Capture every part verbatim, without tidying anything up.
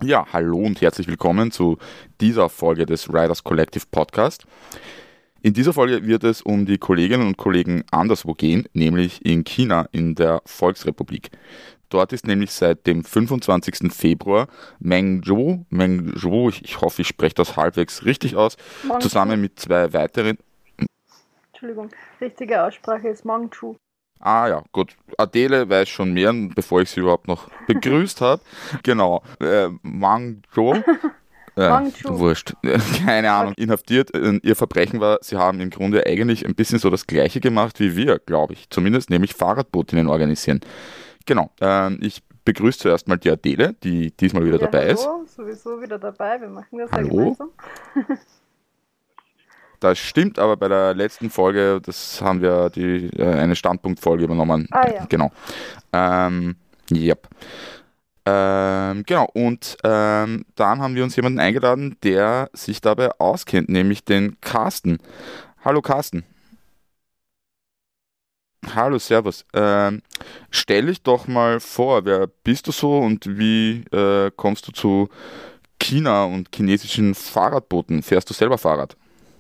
Ja, hallo und herzlich willkommen zu dieser Folge des Riders Collective Podcast. In dieser Folge wird es um die Kolleginnen und Kollegen anderswo gehen, nämlich in China, in der Volksrepublik. Dort ist nämlich seit dem fünfundzwanzigsten Februar Mengzhou, Mengzhou, ich, ich hoffe, ich spreche das halbwegs richtig aus, Mangchu. zusammen mit zwei weiteren. Entschuldigung, richtige Aussprache ist Mangchu. Ah ja, gut. Adele weiß schon mehr, bevor ich sie überhaupt noch begrüßt habe. Genau. Äh, Mengzhou. Äh, Mangchu. wurscht, keine Ahnung, inhaftiert. Ihr Verbrechen war, sie haben im Grunde eigentlich ein bisschen so das Gleiche gemacht wie wir, glaube ich. Zumindest, nämlich Fahrradbotinnen organisieren. Genau, ähm, ich begrüße zuerst mal die Adele, die diesmal wieder Ja, dabei ist. hallo, sowieso wieder dabei. Wir machen das ja Hallo. gemeinsam. Das stimmt, aber bei der letzten Folge, das haben wir die, äh, eine Standpunktfolge übernommen. Ah ja. Genau. Ähm, yep. Ähm, genau, und ähm, dann haben wir uns jemanden eingeladen, der sich dabei auskennt, nämlich den Carsten. Hallo Carsten. Hallo, Servus. Ähm, stell dich doch mal vor, wer bist du so und wie äh, kommst du zu China und chinesischen Fahrradbooten? Fährst du selber Fahrrad?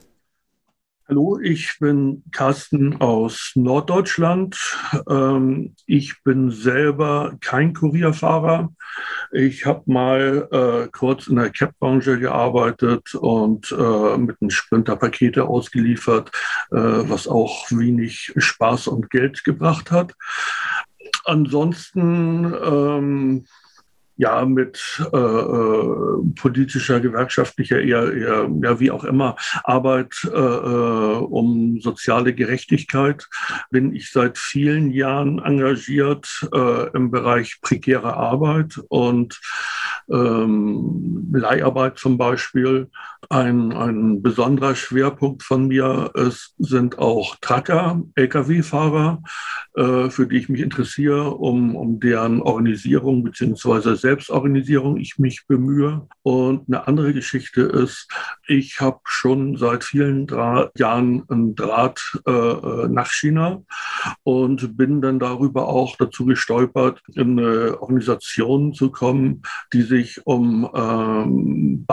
Hallo, ich bin Carsten aus Norddeutschland. Ähm, ich bin selber kein Kurierfahrer. Ich habe mal äh, kurz in der Cab-Branche gearbeitet und äh, mit einem Sprinter Pakete ausgeliefert, äh, was auch wenig Spaß und Geld gebracht hat. Ansonsten ähm, ja, mit äh, äh, politischer, gewerkschaftlicher, eher, eher ja, wie auch immer, Arbeit äh, äh, um soziale Gerechtigkeit bin ich seit vielen Jahren engagiert äh, im Bereich prekäre Arbeit und ähm, Leiharbeit zum Beispiel. Ein, ein besonderer Schwerpunkt von mir ist, sind auch Trucker, L K W-Fahrer, äh, für die ich mich interessiere, um, um deren Organisierung bzw. Selbstorganisierung ich mich bemühe. Und eine andere Geschichte ist, ich habe schon seit vielen Dra- Jahren einen Draht äh, nach China und bin dann darüber auch dazu gestolpert, in eine Organisation zu kommen, die sich um ähm,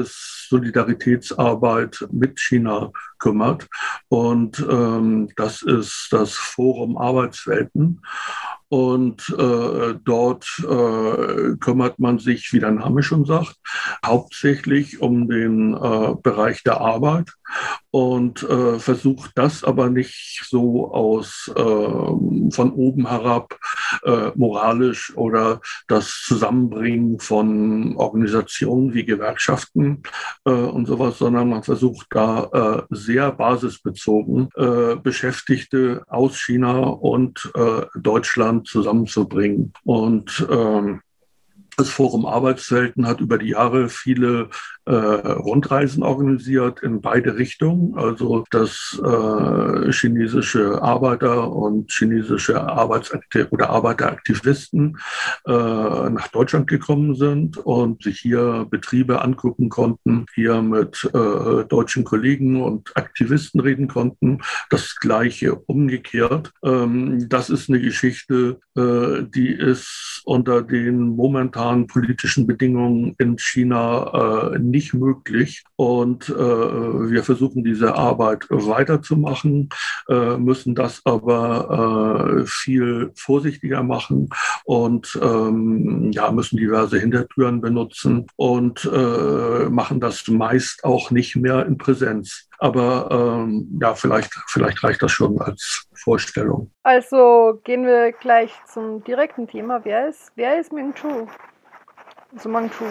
Basis-Solidaritätsarbeit mit China kümmert. Und ähm, das ist das Forum Arbeitswelten. Und äh, dort äh, kümmert man sich, wie der Name schon sagt, hauptsächlich um den äh, Bereich der Arbeit und äh, versucht das aber nicht so aus äh, von oben herab äh, moralisch oder das Zusammenbringen von Organisationen wie Gewerkschaften äh, und sowas, sondern man versucht da äh, sehr basisbezogen äh, Beschäftigte aus China und äh, Deutschland zusammenzubringen. Und ähm, das Forum Arbeitswelten hat über die Jahre viele äh, Rundreisen organisiert in beide Richtungen, also dass äh, chinesische Arbeiter und chinesische Arbeitsaktiv- oder Arbeiteraktivisten äh, nach Deutschland gekommen sind und sich hier Betriebe angucken konnten, hier mit äh, deutschen Kollegen und Aktivisten reden konnten. Das Gleiche umgekehrt. Ähm, das ist eine Geschichte, äh, die ist unter den momentan politischen Bedingungen in China äh, nicht möglich. Und äh, wir versuchen diese Arbeit weiterzumachen, äh, müssen das aber äh, viel vorsichtiger machen und ähm, ja, müssen diverse Hintertüren benutzen und äh, machen das meist auch nicht mehr in Präsenz. Aber ähm, ja, vielleicht, vielleicht reicht das schon als Vorstellung. Also gehen wir gleich zum direkten Thema. Wer ist, wer ist Mengzhou? Also Mangchu.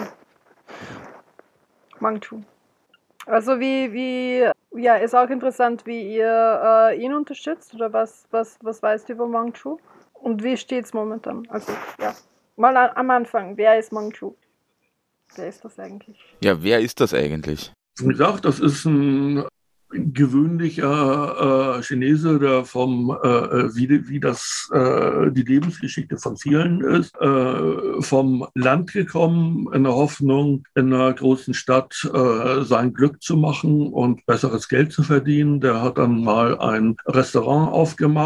Mangchu. Also wie, wie, ja, ist auch interessant, wie ihr äh, ihn unterstützt oder was, was, was weißt du über Mangchu? Und wie steht es momentan? Also, ja, mal a- am Anfang, wer ist Mangchu? Wer ist das eigentlich? Ja, wer ist das eigentlich? Wie gesagt, das ist ein gewöhnlicher äh, Chinese, der vom, äh, wie, wie das äh, die Lebensgeschichte von vielen ist, äh, vom Land gekommen, in der Hoffnung, in einer großen Stadt äh, sein Glück zu machen und besseres Geld zu verdienen. Der hat dann mal ein Restaurant aufgemacht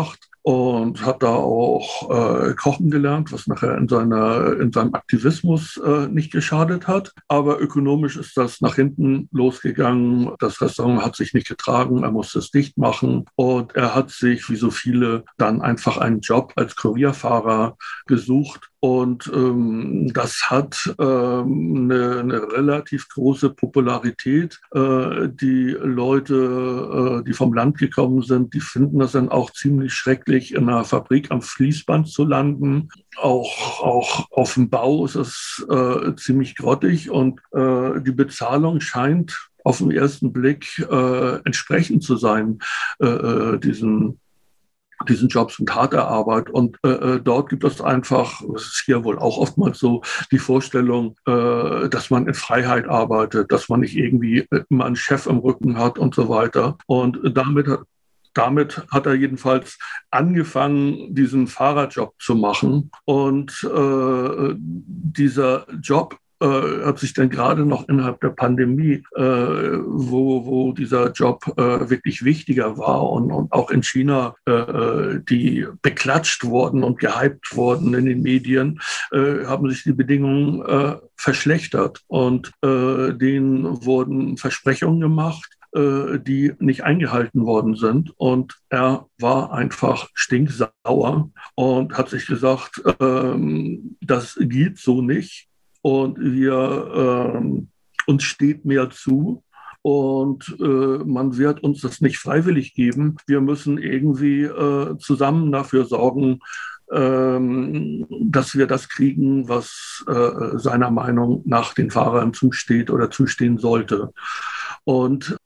und hat da auch äh, kochen gelernt, was nachher in, seiner, in seinem Aktivismus äh, nicht geschadet hat. Aber ökonomisch ist das nach hinten losgegangen. Das Restaurant hat sich nicht getragen, er musste es dicht machen und er hat sich, wie so viele, dann einfach einen Job als Kurierfahrer gesucht. Und ähm, das hat ähm, eine, eine relativ große Popularität. Äh, die Leute, äh, die vom Land gekommen sind, die finden das dann auch ziemlich schrecklich, in einer Fabrik am Fließband zu landen. Auch, auch auf dem Bau ist es äh, ziemlich grottig und äh, die Bezahlung scheint auf den ersten Blick äh, entsprechend zu sein, äh, diesen diesen Jobs mit harter Arbeit. Und äh, dort gibt es einfach, das ist hier wohl auch oftmals so, die Vorstellung, äh, dass man in Freiheit arbeitet, dass man nicht irgendwie immer einen Chef im Rücken hat und so weiter. Und damit hat Damit hat er jedenfalls angefangen, diesen Fahrerjob zu machen. Und äh, dieser Job äh, hat sich dann gerade noch innerhalb der Pandemie, äh, wo, wo dieser Job äh, wirklich wichtiger war und, und auch in China, äh, die beklatscht wurden und gehypt wurden in den Medien, äh, haben sich die Bedingungen äh, verschlechtert. Und äh, denen wurden Versprechungen gemacht, die nicht eingehalten worden sind. Und er war einfach stinksauer und hat sich gesagt, ähm, das geht so nicht. Und wir, ähm, uns steht mehr zu. Und äh, man wird uns das nicht freiwillig geben. Wir müssen irgendwie äh, zusammen dafür sorgen, ähm, dass wir das kriegen, was äh, seiner Meinung nach den Fahrern zusteht oder zustehen sollte. Und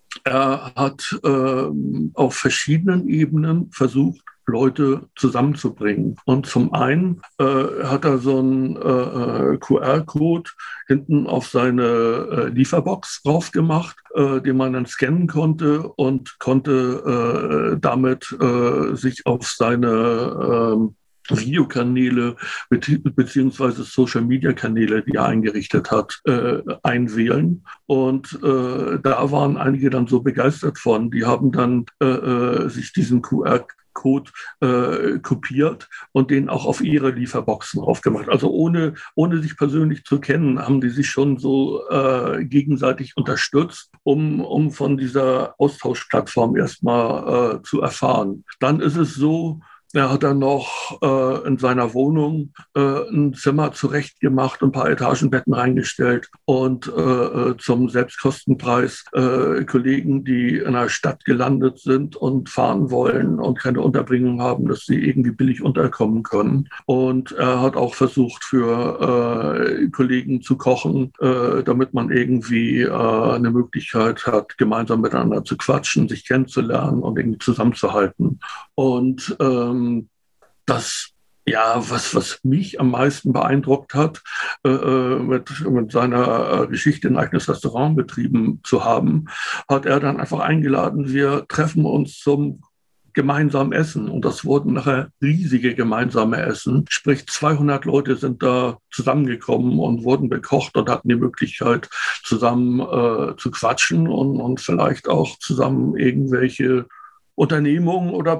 er hat äh, auf verschiedenen Ebenen versucht, Leute zusammenzubringen. Und zum einen äh, hat er so einen äh, Q R-Code hinten auf seine äh, Lieferbox drauf gemacht, äh, den man dann scannen konnte und konnte äh, damit äh, sich auf seine äh, Videokanäle beziehungsweise Social-Media-Kanäle, die er eingerichtet hat, äh, einwählen. Und äh, da waren einige dann so begeistert von. Die haben dann äh, sich diesen Q R-Code äh, kopiert und den auch auf ihre Lieferboxen aufgemacht. Also ohne, ohne sich persönlich zu kennen, haben die sich schon so äh, gegenseitig unterstützt, um, um von dieser Austauschplattform erstmal äh, zu erfahren. Dann ist es so, er hat dann noch äh, in seiner Wohnung äh, ein Zimmer zurechtgemacht und ein paar Etagenbetten reingestellt und äh, zum Selbstkostenpreis äh, Kollegen, die in einer Stadt gelandet sind und fahren wollen und keine Unterbringung haben, dass sie irgendwie billig unterkommen können. Und er hat auch versucht, für äh, Kollegen zu kochen, äh, damit man irgendwie äh, eine Möglichkeit hat, gemeinsam miteinander zu quatschen, sich kennenzulernen und irgendwie zusammenzuhalten. Und ähm, das, ja, was, was mich am meisten beeindruckt hat, äh, mit, mit seiner Geschichte ein eigenes Restaurant betrieben zu haben, hat er dann einfach eingeladen, wir treffen uns zum gemeinsamen Essen. Und das wurden nachher riesige gemeinsame Essen. Sprich, zweihundert Leute sind da zusammengekommen und wurden bekocht und hatten die Möglichkeit, zusammen äh, zu quatschen und, und vielleicht auch zusammen irgendwelche Unternehmungen oder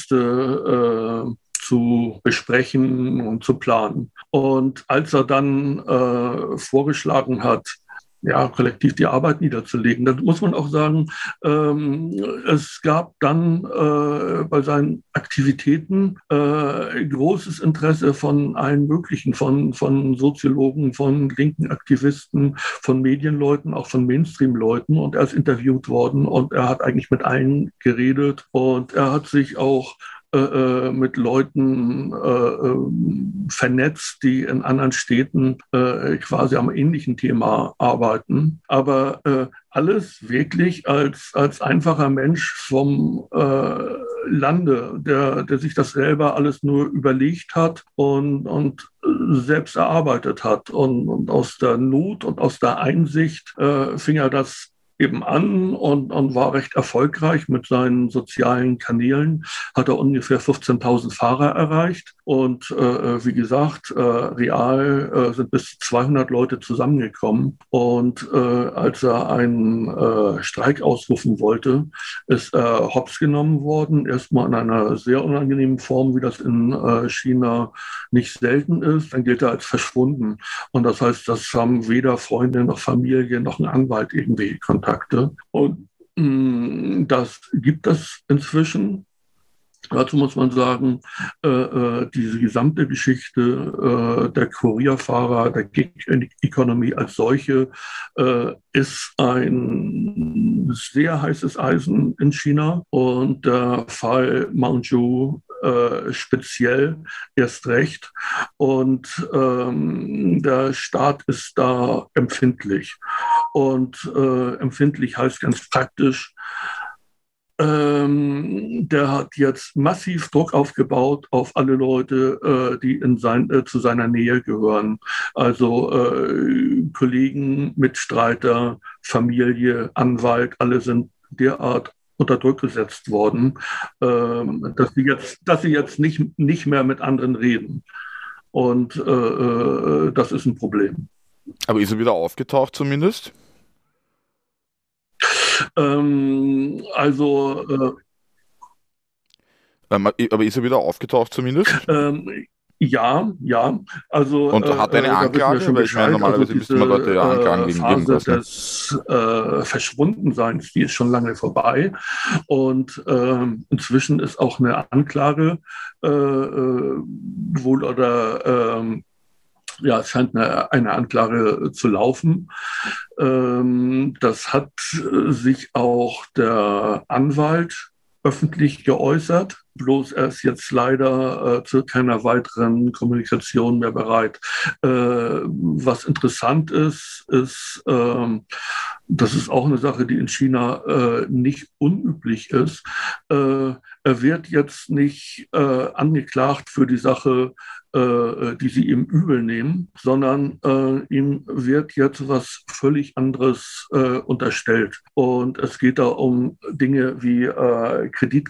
Proteste äh, zu besprechen und zu planen. Und als er dann äh, vorgeschlagen hat, ja, kollektiv die Arbeit niederzulegen, dann muss man auch sagen, ähm, es gab dann äh, bei seinen Aktivitäten äh, großes Interesse von allen möglichen, von, von Soziologen, von linken Aktivisten, von Medienleuten, auch von Mainstream-Leuten. Und er ist interviewt worden und er hat eigentlich mit allen geredet und er hat sich auch Äh, mit Leuten äh, vernetzt, die in anderen Städten äh, quasi am ähnlichen Thema arbeiten. Aber äh, alles wirklich als, als einfacher Mensch vom äh, Lande, der, der sich das selber alles nur überlegt hat und, und selbst erarbeitet hat. Und, und aus der Not und aus der Einsicht äh, fing er das eben an und, und war recht erfolgreich mit seinen sozialen Kanälen, hat er ungefähr fünfzehntausend Fahrer erreicht und äh, wie gesagt, äh, real äh, sind bis zu zweihundert Leute zusammengekommen und äh, als er einen äh, Streik ausrufen wollte, ist er hops genommen worden, erstmal in einer sehr unangenehmen Form, wie das in äh, China nicht selten ist, dann gilt er als verschwunden. Und das heißt, das haben weder Freunde noch Familie noch ein Anwalt irgendwie Kontakte. Und mh, das gibt es inzwischen. Dazu muss man sagen, äh, äh, diese gesamte Geschichte äh, der Kurierfahrer, der Gig-Economy als solche, äh, ist ein sehr heißes Eisen in China. Und der Fall Mangzhou äh, speziell erst recht. Und ähm, der Staat ist da empfindlich. Und äh, empfindlich heißt ganz praktisch, Ähm, der hat jetzt massiv Druck aufgebaut auf alle Leute, äh, die in sein, äh, zu seiner Nähe gehören. Also äh, Kollegen, Mitstreiter, Familie, Anwalt, alle sind derart unter Druck gesetzt worden, ähm, dass sie jetzt, dass sie jetzt nicht, nicht mehr mit anderen reden. Und äh, äh, das ist ein Problem. Aber ist er wieder aufgetaucht zumindest? Ähm, also äh, Ähm, aber ist er wieder aufgetaucht zumindest? Ähm, ja, ja. Also Und äh, hat er eine äh, da wissen wir Anklage? schon Weil ich meine, Bescheid. normalerweise Also müssten wir Leute ja Anklagen diese äh, wegen irgendwas. Phase Ne? des äh, Verschwundenseins, die ist schon lange vorbei. Und ähm, inzwischen ist auch eine Anklage äh, äh, wohl oder ähm, ja, es scheint eine, eine Anklage zu laufen. Ähm, das hat äh, sich auch der Anwalt öffentlich geäußert. Bloß er ist jetzt leider äh, zu keiner weiteren Kommunikation mehr bereit. Äh, was interessant ist, ist, ähm, das ist auch eine Sache, die in China äh, nicht unüblich ist. Äh, er wird jetzt nicht äh, angeklagt für die Sache, äh, die sie ihm übel nehmen, sondern äh, ihm wird jetzt was völlig anderes äh, unterstellt. Und es geht da um Dinge wie äh,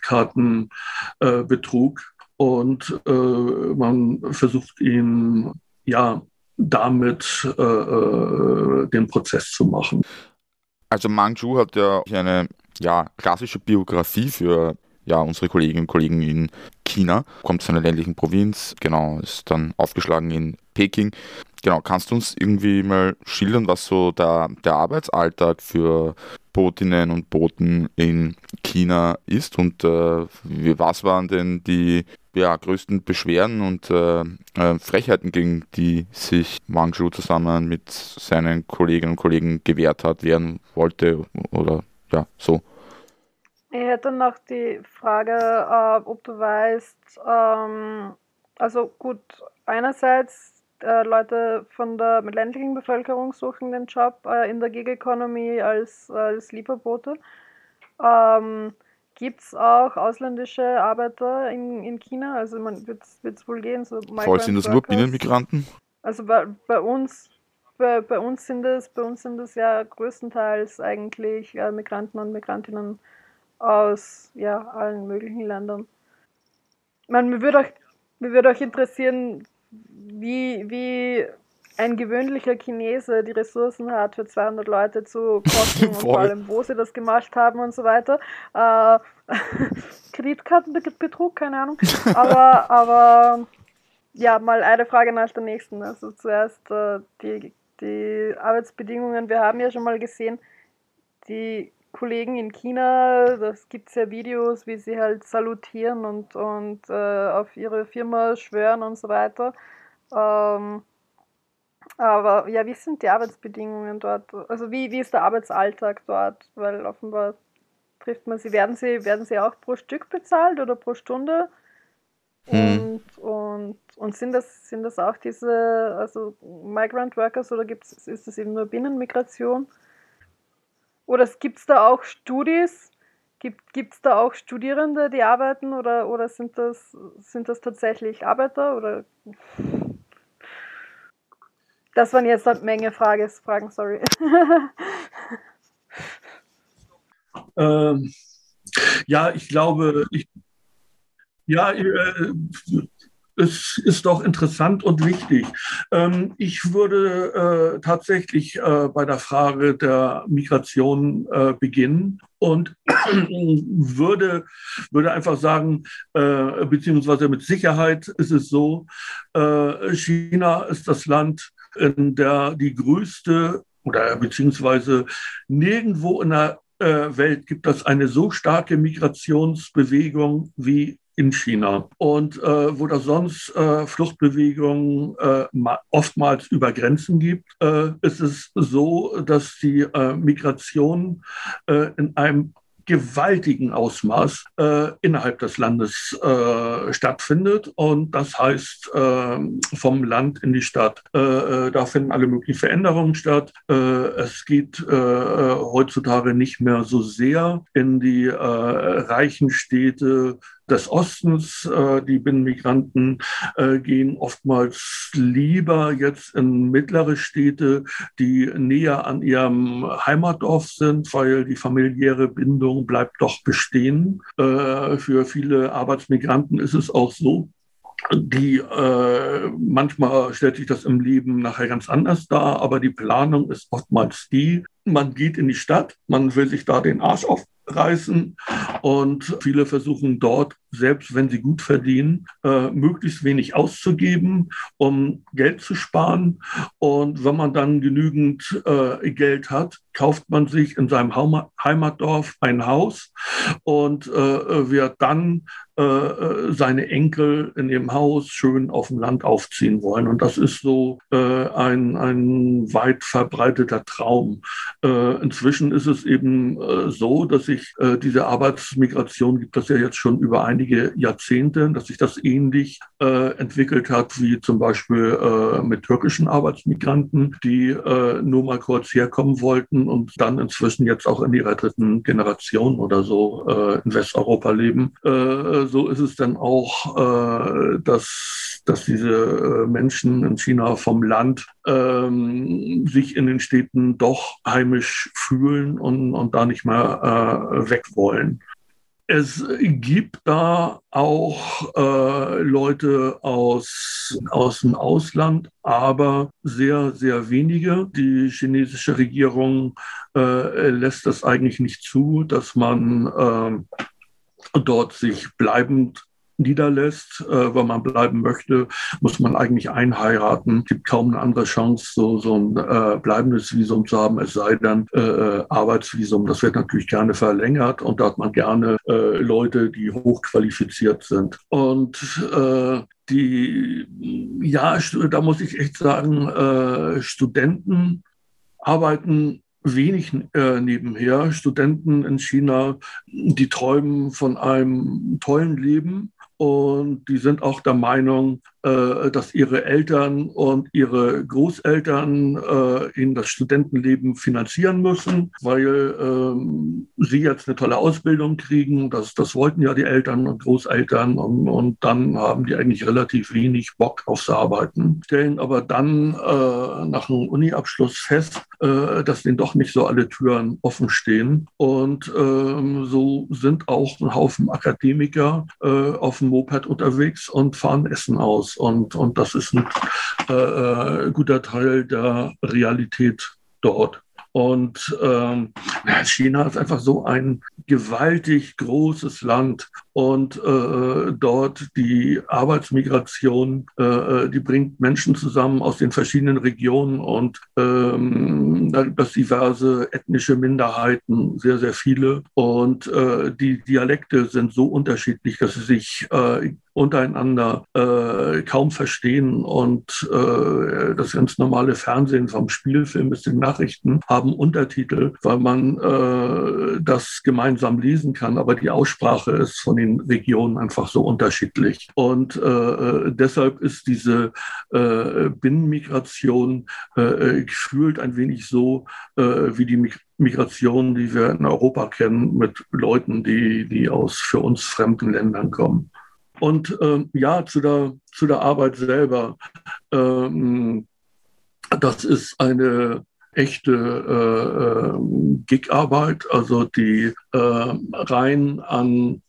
Kreditkartenbetrug äh, und äh, man versucht ihn ja damit äh, äh, den Prozess zu machen. Also Mangzhou hat ja eine ja, klassische Biografie für ja, unsere Kolleginnen und Kollegen in China. Kommt aus einer ländlichen Provinz, genau, ist dann aufgeschlagen in Peking. Genau, kannst du uns irgendwie mal schildern, was so der, der Arbeitsalltag für Botinnen und Boten in China ist und äh, was waren denn die ja, größten Beschwerden und äh, äh, Frechheiten, gegen die sich Mangzhou zusammen mit seinen Kolleginnen und Kollegen gewehrt hat, wehren wollte oder ja, so. Ich hätte noch die Frage, äh, ob du weißt, ähm, also gut, einerseits äh, Leute von der ländlichen Bevölkerung suchen den Job äh, in der Gig Economy als, als Lieferbote. Ähm, Gibt es auch ausländische Arbeiter in, in China? Also man wird es wohl gehen, so Voll, sind das nur Binnenmigranten? Also bei, bei uns bei, bei uns sind es bei uns sind es ja größtenteils eigentlich äh, Migranten und Migrantinnen aus ja, allen möglichen Ländern. Ich meine, mir würde euch, mir würde euch interessieren, wie, wie ein gewöhnlicher Chinese die Ressourcen hat, für zweihundert Leute zu kochen und vor allem, wo sie das gemacht haben und so weiter. Äh, Kreditkartenbetrug, keine Ahnung. Aber, aber ja, mal eine Frage nach der nächsten. Also zuerst äh, die, die Arbeitsbedingungen. Wir haben ja schon mal gesehen, die Kollegen in China, das gibt es ja Videos, wie sie halt salutieren und, und äh, auf ihre Firma schwören und so weiter. Ähm, aber ja, wie sind die Arbeitsbedingungen dort? Also wie, wie ist der Arbeitsalltag dort? Weil offenbar trifft man sie, werden sie, werden sie auch pro Stück bezahlt oder pro Stunde? Hm. Und, und, und sind das, sind das auch diese, also Migrant Workers oder gibt's, ist das eben nur Binnenmigration? Oder gibt es da auch Studis? Gibt es da auch Studierende, die arbeiten oder, oder sind, das, sind das tatsächlich Arbeiter? Oder? Das waren jetzt eine Menge Fragen, Fragen sorry. Ähm, ja, ich glaube, ich, ja, äh, es ist doch interessant und wichtig. Ähm, ich würde äh, tatsächlich äh, bei der Frage der Migration äh, beginnen und würde, würde einfach sagen, äh, beziehungsweise mit Sicherheit ist es so, äh, China ist das Land, in der die größte oder beziehungsweise nirgendwo in der äh, Welt gibt es eine so starke Migrationsbewegung wie in China. Und äh, wo das sonst äh, Fluchtbewegungen äh, oftmals über Grenzen gibt, äh, ist es so, dass die äh, Migration äh, in einem gewaltigen Ausmaß äh, innerhalb des Landes äh, stattfindet. Und das heißt, äh, vom Land in die Stadt. Äh, da finden alle möglichen Veränderungen statt. Äh, es geht äh, heutzutage nicht mehr so sehr in die äh, reichen Städte des Ostens. Äh, die Binnenmigranten äh, gehen oftmals lieber jetzt in mittlere Städte, die näher an ihrem Heimatdorf sind, weil die familiäre Bindung bleibt doch bestehen. Äh, für viele Arbeitsmigranten ist es auch so, die äh, manchmal stellt sich das im Leben nachher ganz anders dar, aber die Planung ist oftmals die, man geht in die Stadt, man will sich da den Arsch aufreißen und viele versuchen dort, selbst wenn sie gut verdienen, äh, möglichst wenig auszugeben, um Geld zu sparen. Und wenn man dann genügend äh, Geld hat, kauft man sich in seinem Heimatdorf ein Haus und äh, wird dann äh, seine Enkel in dem Haus schön auf dem Land aufziehen wollen. Und das ist so äh, ein, ein weit verbreiteter Traum. Äh, inzwischen ist es eben äh, so, dass sich äh, diese Arbeitsmigration gibt es ja jetzt schon über einige Jahrzehnte, dass sich das ähnlich äh, entwickelt hat wie zum Beispiel äh, mit türkischen Arbeitsmigranten, die äh, nur mal kurz herkommen wollten und dann inzwischen jetzt auch in ihrer dritten Generation oder so äh, in Westeuropa leben. Äh, so ist es dann auch, äh, dass, dass diese äh, Menschen in China vom Land ähm, sich in den Städten doch heimisch fühlen und, und da nicht mehr äh, weg wollen. Es gibt da auch äh, Leute aus, aus dem Ausland, aber sehr, sehr wenige. Die chinesische Regierung äh, lässt das eigentlich nicht zu, dass man äh, dort sich bleibend niederlässt. Äh, wenn man bleiben möchte, muss man eigentlich einheiraten. Es gibt kaum eine andere Chance, so, so ein äh, bleibendes Visum zu haben, es sei denn äh, Arbeitsvisum. Das wird natürlich gerne verlängert und da hat man gerne äh, Leute, die hochqualifiziert sind. Und äh, die, ja, da muss ich echt sagen, äh, Studenten arbeiten wenig äh, nebenher. Studenten in China, die träumen von einem tollen Leben und die sind auch der Meinung, äh, dass ihre Eltern und ihre Großeltern äh, ihnen das Studentenleben finanzieren müssen, weil ähm, sie jetzt eine tolle Ausbildung kriegen. Das, das wollten ja die Eltern und Großeltern und, und dann haben die eigentlich relativ wenig Bock aufs Arbeiten, stellen aber dann äh, nach einem Uni-Abschluss fest, äh, dass denen doch nicht so alle Türen offen stehen. Und ähm, so sind auch ein Haufen Akademiker äh, auf dem Moped unterwegs und fahren Essen aus. Und, und das ist ein äh, guter Teil der Realität dort. Und ähm, China ist einfach so ein gewaltig großes Land. Und äh, dort die Arbeitsmigration, äh, die bringt Menschen zusammen aus den verschiedenen Regionen und ähm, das diverse ethnische Minderheiten, sehr, sehr viele. Und äh, die Dialekte sind so unterschiedlich, dass sie sich äh, untereinander äh, kaum verstehen und äh, das ganz normale Fernsehen vom Spielfilm bis den Nachrichten haben Untertitel, weil man äh, das gemeinsam lesen kann, aber die Aussprache ist von den Regionen einfach so unterschiedlich. Und äh, deshalb ist diese äh, Binnenmigration äh, gefühlt ein wenig so äh, wie die Migration Migration, die wir in Europa kennen, mit Leuten, die, die aus für uns fremden Ländern kommen. Und ähm, ja, zu der, zu der Arbeit selber. Ähm, das ist eine echte äh, Gig-Arbeit, also die äh, rein an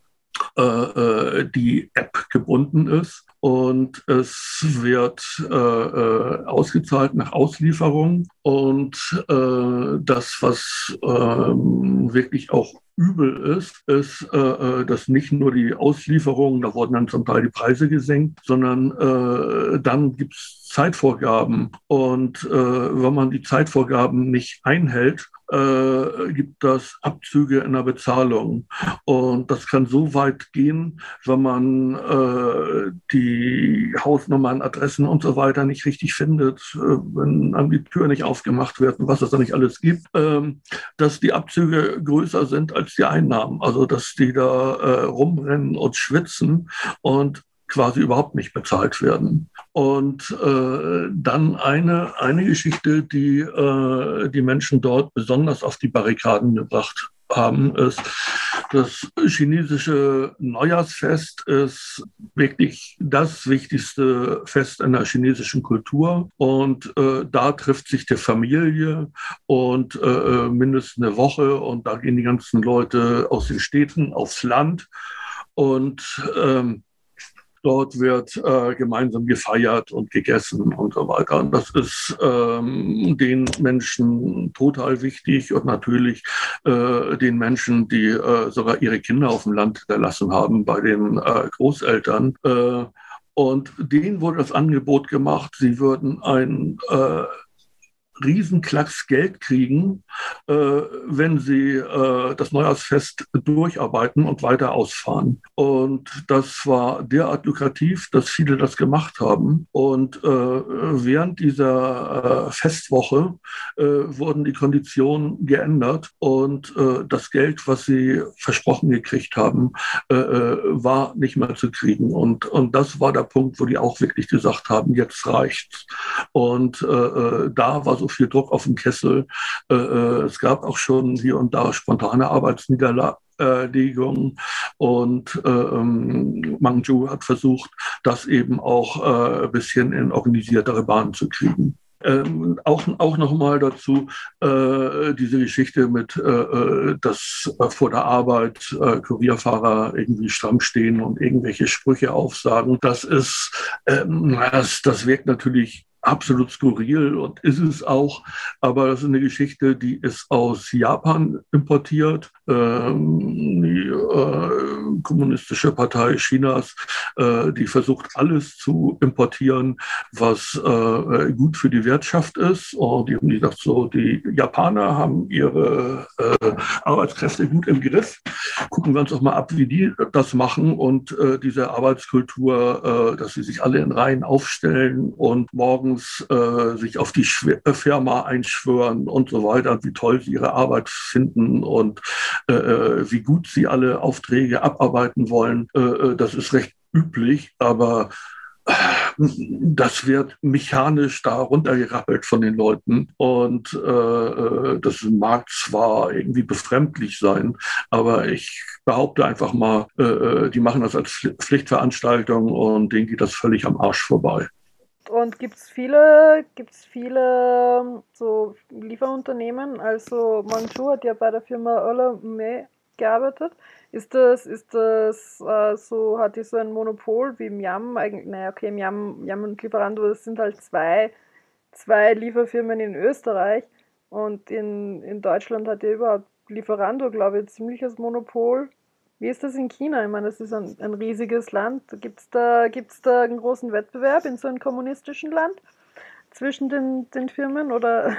äh, die App gebunden ist. Und es wird äh, äh, ausgezahlt nach Auslieferung. Und äh, das, was äh, wirklich auch übel ist, ist, äh, dass nicht nur die Auslieferung, da wurden dann zum Teil die Preise gesenkt, sondern äh, dann gibt es Zeitvorgaben. Und äh, wenn man die Zeitvorgaben nicht einhält, äh, gibt das Abzüge in der Bezahlung. Und das kann so weit gehen, wenn man äh, die Hausnummern, Adressen und so weiter nicht richtig findet, äh, wenn an die Tür nicht aufgemacht wird und was es da nicht alles gibt, äh, dass die Abzüge größer sind als die Einnahmen. Also dass die da äh, rumrennen und schwitzen und quasi überhaupt nicht bezahlt werden. Und äh, dann eine, eine Geschichte, die äh, die Menschen dort besonders auf die Barrikaden gebracht haben, ist, das chinesische Neujahrsfest ist wirklich das wichtigste Fest in der chinesischen Kultur. Und äh, da trifft sich die Familie und äh, mindestens eine Woche und da gehen die ganzen Leute aus den Städten aufs Land und ähm, dort wird äh, gemeinsam gefeiert und gegessen und so weiter. Und das ist ähm, den Menschen total wichtig und natürlich äh, den Menschen, die äh, sogar ihre Kinder auf dem Land hinterlassen haben, bei den äh, Großeltern. Äh, und denen wurde das Angebot gemacht, sie würden ein äh, Riesenklacks Geld kriegen, äh, wenn sie äh, das Neujahrsfest durcharbeiten und weiter ausfahren. Und das war derart lukrativ, dass viele das gemacht haben. Und äh, während dieser äh, Festwoche äh, wurden die Konditionen geändert und äh, das Geld, was sie versprochen gekriegt haben, äh, war nicht mehr zu kriegen. Und, und das war der Punkt, wo die auch wirklich gesagt haben, jetzt reicht's. Und äh, da war so viel Druck auf dem Kessel. Äh, es gab auch schon hier und da spontane Arbeitsniederlegungen und äh, Mangju hat versucht, das eben auch äh, ein bisschen in organisiertere Bahnen zu kriegen. Ähm, auch, auch nochmal dazu äh, diese Geschichte mit, äh, dass äh, vor der Arbeit äh, Kurierfahrer irgendwie stramm stehen und irgendwelche Sprüche aufsagen. Das ist, ähm, das, das wirkt natürlich absolut skurril und ist es auch, aber das ist eine Geschichte, die ist aus Japan importiert. Ähm, die äh, Kommunistische Partei Chinas, äh, die versucht alles zu importieren, was äh, gut für die Wirtschaft ist. Und die haben gesagt, so, die Japaner haben ihre äh, Arbeitskräfte gut im Griff. Gucken wir uns doch mal ab, wie die das machen und äh, diese Arbeitskultur, äh, dass sie sich alle in Reihen aufstellen und morgen Äh, sich auf die Schw- Firma einschwören und so weiter, wie toll sie ihre Arbeit finden und äh, wie gut sie alle Aufträge abarbeiten wollen. Äh, das ist recht üblich, aber das wird mechanisch da runtergerappelt von den Leuten und äh, das mag zwar irgendwie befremdlich sein, aber ich behaupte einfach mal, äh, die machen das als Pflichtveranstaltung und denen geht das völlig am Arsch vorbei. Und gibt es viele, gibt's viele so Lieferunternehmen? Also Mangju hat ja bei der Firma Ola-Me gearbeitet. Ist das, ist das äh, so, hat die so ein Monopol wie Miam? Eigentlich, naja, okay, Miam, Miam und Lieferando, das sind halt zwei, zwei Lieferfirmen in Österreich. Und in, in Deutschland hat ja überhaupt Lieferando, glaube ich, ein ziemliches Monopol. Wie ist das in China? Ich meine, das ist ein, ein riesiges Land. Gibt es da, gibt's da einen großen Wettbewerb in so einem kommunistischen Land zwischen den, den Firmen? Oder?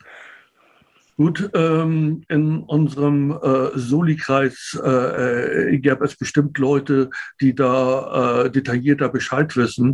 Gut, ähm, in unserem äh, Soli-Kreis äh, gäbe es bestimmt Leute, die da äh, detaillierter Bescheid wissen.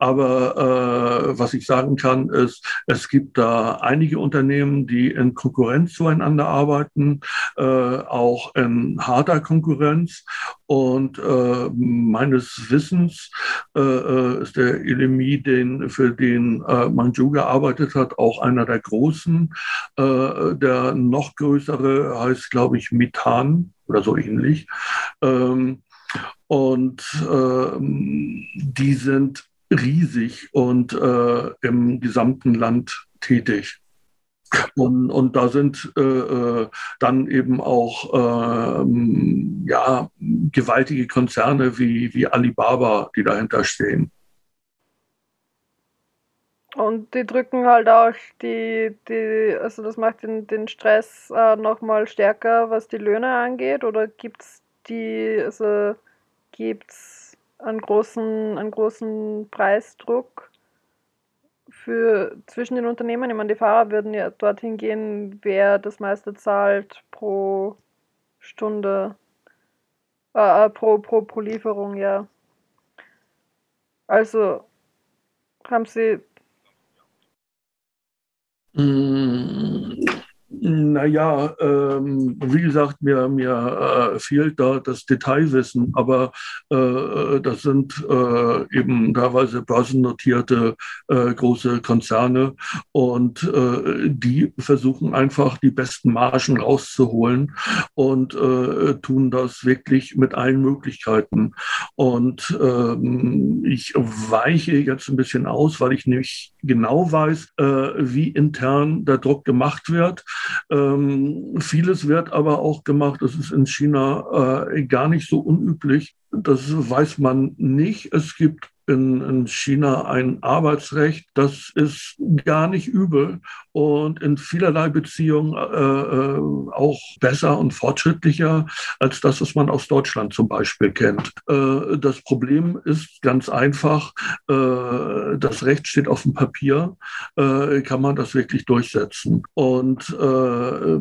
Aber äh, was ich sagen kann, ist, es gibt da einige Unternehmen, die in Konkurrenz zueinander arbeiten, äh, auch in harter Konkurrenz. Und äh, meines Wissens äh, ist der Elemi, den, für den äh, Mangju gearbeitet hat, auch einer der großen. Äh, der noch größere heißt, glaube ich, Methan oder so ähnlich. Ähm, und ähm, die sind riesig und äh, im gesamten Land tätig. Und, und da sind äh, dann eben auch äh, ja, gewaltige Konzerne wie, wie Alibaba, die dahinter stehen. Und die drücken halt auch die, die also das macht den, den Stress äh, nochmal stärker, was die Löhne angeht, oder gibt es die, also gibt's einen großen, einen großen Preisdruck für zwischen den Unternehmen? Ich meine, die Fahrer würden ja dorthin gehen, wer das meiste zahlt pro Stunde, äh, pro, pro, pro Lieferung, ja. Also haben sie. Naja, ähm, wie gesagt, mir, mir äh, fehlt da das Detailwissen, aber äh, das sind äh, eben teilweise börsennotierte äh, große Konzerne und äh, die versuchen einfach die besten Margen rauszuholen und äh, tun das wirklich mit allen Möglichkeiten. Und ähm, ich weiche jetzt ein bisschen aus, weil ich nicht genau weiß, äh, wie intern der Druck gemacht wird. Ähm, vieles wird aber auch gemacht, das ist in China äh, gar nicht so unüblich. Das weiß man nicht. Es gibt in, in China ein Arbeitsrecht, das ist gar nicht übel und in vielerlei Beziehungen äh, auch besser und fortschrittlicher als das, was man aus Deutschland zum Beispiel kennt. Äh, das Problem ist ganz einfach, äh, das Recht steht auf dem Papier, äh, kann man das wirklich durchsetzen. Und äh,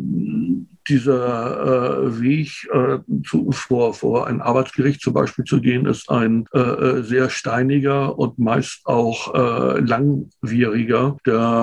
dieser äh, Weg äh, zu, vor, vor ein Arbeitsgericht zum Beispiel zu gehen, ist ein äh, sehr steiniger und meist auch äh, langwieriger.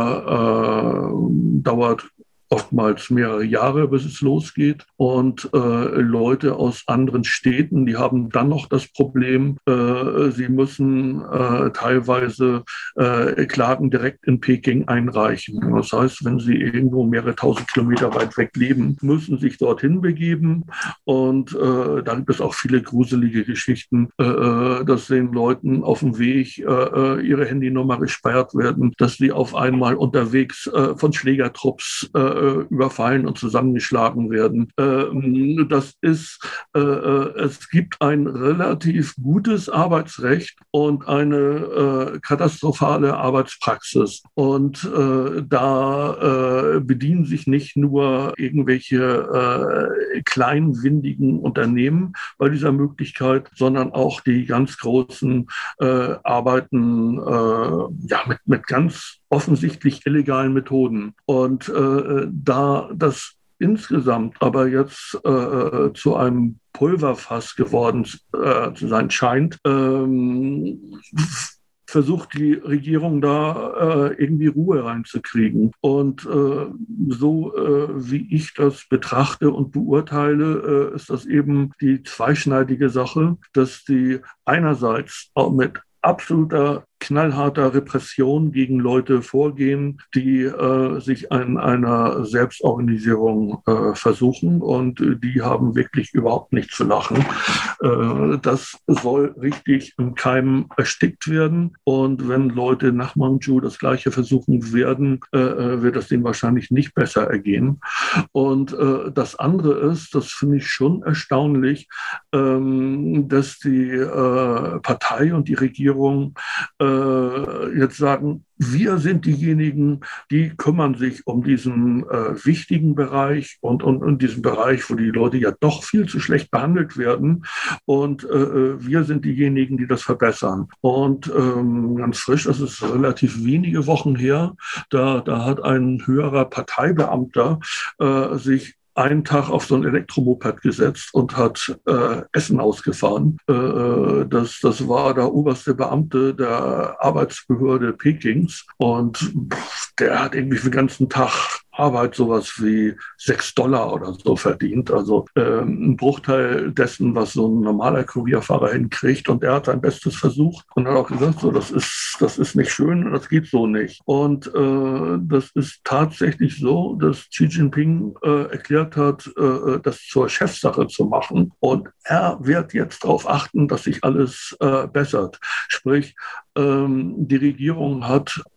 Der äh, dauert oftmals mehrere Jahre, bis es losgeht. Und äh, Leute aus anderen Städten, die haben dann noch das Problem, äh, sie müssen äh, teilweise äh, Klagen direkt in Peking einreichen. Das heißt, wenn sie irgendwo mehrere tausend Kilometer weit weg leben, müssen sich dorthin begeben. Und äh, da gibt es auch viele gruselige Geschichten, äh, dass den Leuten auf dem Weg äh, ihre Handynummer gesperrt werden, dass sie auf einmal unterwegs äh, von Schlägertrupps äh, überfallen und zusammengeschlagen werden. Ähm, das ist, äh, es gibt ein relativ gutes Arbeitsrecht und eine äh, katastrophale Arbeitspraxis. Und äh, da äh, bedienen sich nicht nur irgendwelche äh, kleinwindigen Unternehmen bei dieser Möglichkeit, sondern auch die ganz großen äh, arbeiten äh, ja, mit, mit ganz offensichtlich illegalen Methoden. Und äh, da das insgesamt aber jetzt äh, zu einem Pulverfass geworden äh, zu sein scheint, ähm, versucht die Regierung da äh, irgendwie Ruhe reinzukriegen. Und äh, so äh, wie ich das betrachte und beurteile, äh, ist das eben die zweischneidige Sache, dass die einerseits auch mit absoluter knallharter Repression gegen Leute vorgehen, die äh, sich an einer Selbstorganisierung äh, versuchen, und die haben wirklich überhaupt nicht zu lachen. Äh, das soll richtig im Keim erstickt werden, und wenn Leute nach Mangzhou das Gleiche versuchen werden, äh, wird es denen wahrscheinlich nicht besser ergehen. Und äh, das andere ist, das finde ich schon erstaunlich, ähm, dass die äh, Partei und die Regierung äh, jetzt sagen, wir sind diejenigen, die kümmern sich um diesen äh, wichtigen Bereich und, und, und diesen Bereich, wo die Leute ja doch viel zu schlecht behandelt werden. Und äh, wir sind diejenigen, die das verbessern. Und ähm, ganz frisch, das ist relativ wenige Wochen her, da, da hat ein höherer Parteibeamter äh, sich einen Tag auf so ein Elektromoped gesetzt und hat äh, Essen ausgefahren. Äh, das, das war der oberste Beamte der Arbeitsbehörde Pekings, und der hat irgendwie für den ganzen Tag Arbeit sowas wie sechs Dollar oder so verdient. Also ähm, ein Bruchteil dessen, was so ein normaler Kurierfahrer hinkriegt. Und er hat sein Bestes versucht und hat auch gesagt, so, das ist, das ist nicht schön, das geht so nicht. Und äh, das ist tatsächlich so, dass Xi Jinping äh, erklärt hat, äh, das zur Chefsache zu machen. Und er wird jetzt darauf achten, dass sich alles äh, bessert. Sprich, ähm, die Regierung hat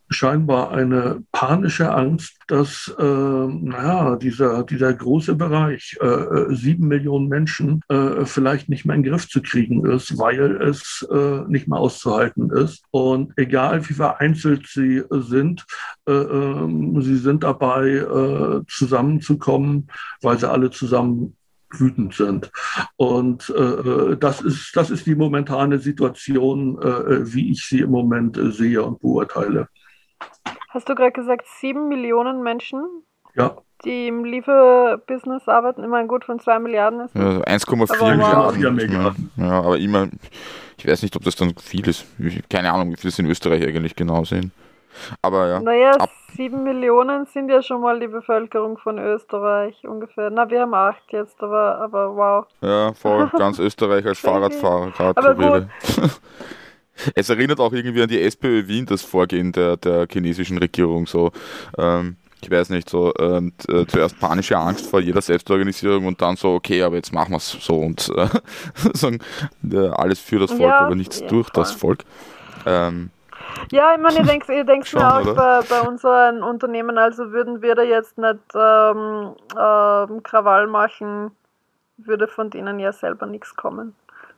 scheinbar eine panische Angst, dass äh, naja, dieser, dieser große Bereich, äh, sieben Millionen Menschen, äh, vielleicht nicht mehr in den Griff zu kriegen ist, weil es äh, nicht mehr auszuhalten ist. Und egal wie vereinzelt sie sind, äh, äh, sie sind dabei, äh, zusammenzukommen, weil sie alle zusammen wütend sind. Und äh, das ist, das ist die momentane Situation, äh, wie ich sie im Moment äh, sehe und beurteile. Hast du gerade gesagt, sieben Millionen Menschen, ja. die im Lieferbusiness arbeiten? Immerhin gut, von zwei Milliarden ist das. Ja, eins Komma vier Milliarden. Ja, aber immer, ich weiß nicht, ob das dann viel ist. Keine Ahnung, wie viel es in Österreich eigentlich genau sind. Aber ja. Naja, ab sieben Millionen sind ja schon mal die Bevölkerung von Österreich ungefähr. Na, wir haben acht jetzt, aber, aber wow. Ja, voll, ganz Österreich als Fahrradfahrer gerade. Es erinnert auch irgendwie an die SPÖ Wien, das Vorgehen der, der chinesischen Regierung. So, ähm, ich weiß nicht, so ähm, äh, zuerst panische Angst vor jeder Selbstorganisierung und dann so, okay, aber jetzt machen wir es so und äh, sagen, äh, alles für das Volk, ja, aber nichts ja, durch voll. das Volk. Ähm, ja, ich meine, ihr denkt, ihr denkt schon, mir auch bei, bei unseren Unternehmen, also würden wir da jetzt nicht ähm, ähm, Krawall machen, würde von denen ja selber nichts kommen.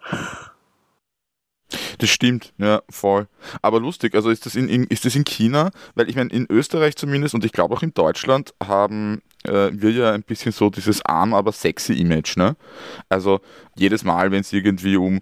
Das stimmt, ja, voll. Aber lustig, also ist das in, in, ist das in China? Weil ich meine, in Österreich zumindest und ich glaube auch in Deutschland haben äh, wir ja ein bisschen so dieses arm, aber sexy Image, ne? Also jedes Mal, wenn es irgendwie um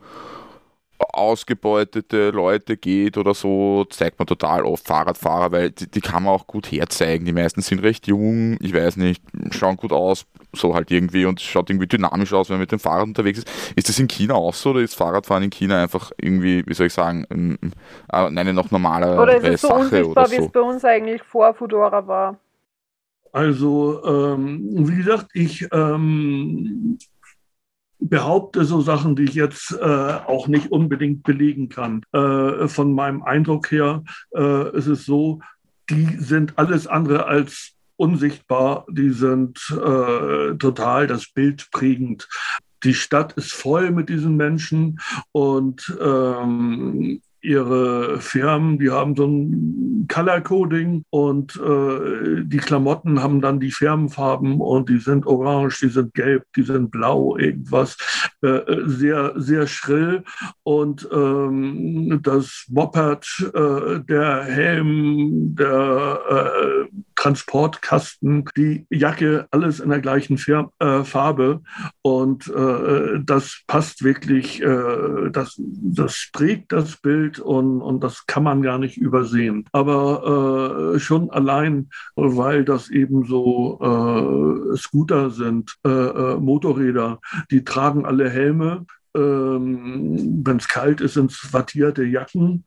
ausgebeutete Leute geht oder so, zeigt man total oft Fahrradfahrer, weil die, die kann man auch gut herzeigen. Die meisten sind recht jung, ich weiß nicht, schauen gut aus, so halt irgendwie und schaut irgendwie dynamisch aus, wenn man mit dem Fahrrad unterwegs ist. Ist das in China auch so oder ist Fahrradfahren in China einfach irgendwie, wie soll ich sagen, eine noch normalere Sache? Oder ist es so unsichtbar, wie es bei uns eigentlich vor Foodora war? Also, ähm, wie gesagt, ich ähm, behaupte so Sachen, die ich jetzt äh, auch nicht unbedingt belegen kann. Äh, von meinem Eindruck her äh, ist es so, die sind alles andere als unsichtbar, die sind äh, total das Bild prägend. Die Stadt ist voll mit diesen Menschen und ähm, ihre Firmen, die haben so ein Color-Coding und äh, die Klamotten haben dann die Firmenfarben und die sind orange, die sind gelb, die sind blau, irgendwas. Äh, sehr, sehr schrill. Und ähm, das Moped, äh, der Helm, der äh, Transportkasten, die Jacke, alles in der gleichen Fir- äh, Farbe. Und äh, das passt wirklich, äh, das, das prägt das Bild und, und das kann man gar nicht übersehen. Aber äh, schon allein, weil das eben so äh, Scooter sind, äh, äh, Motorräder, die tragen alle Helme. Ähm, wenn es kalt ist, sind es wattierte Jacken.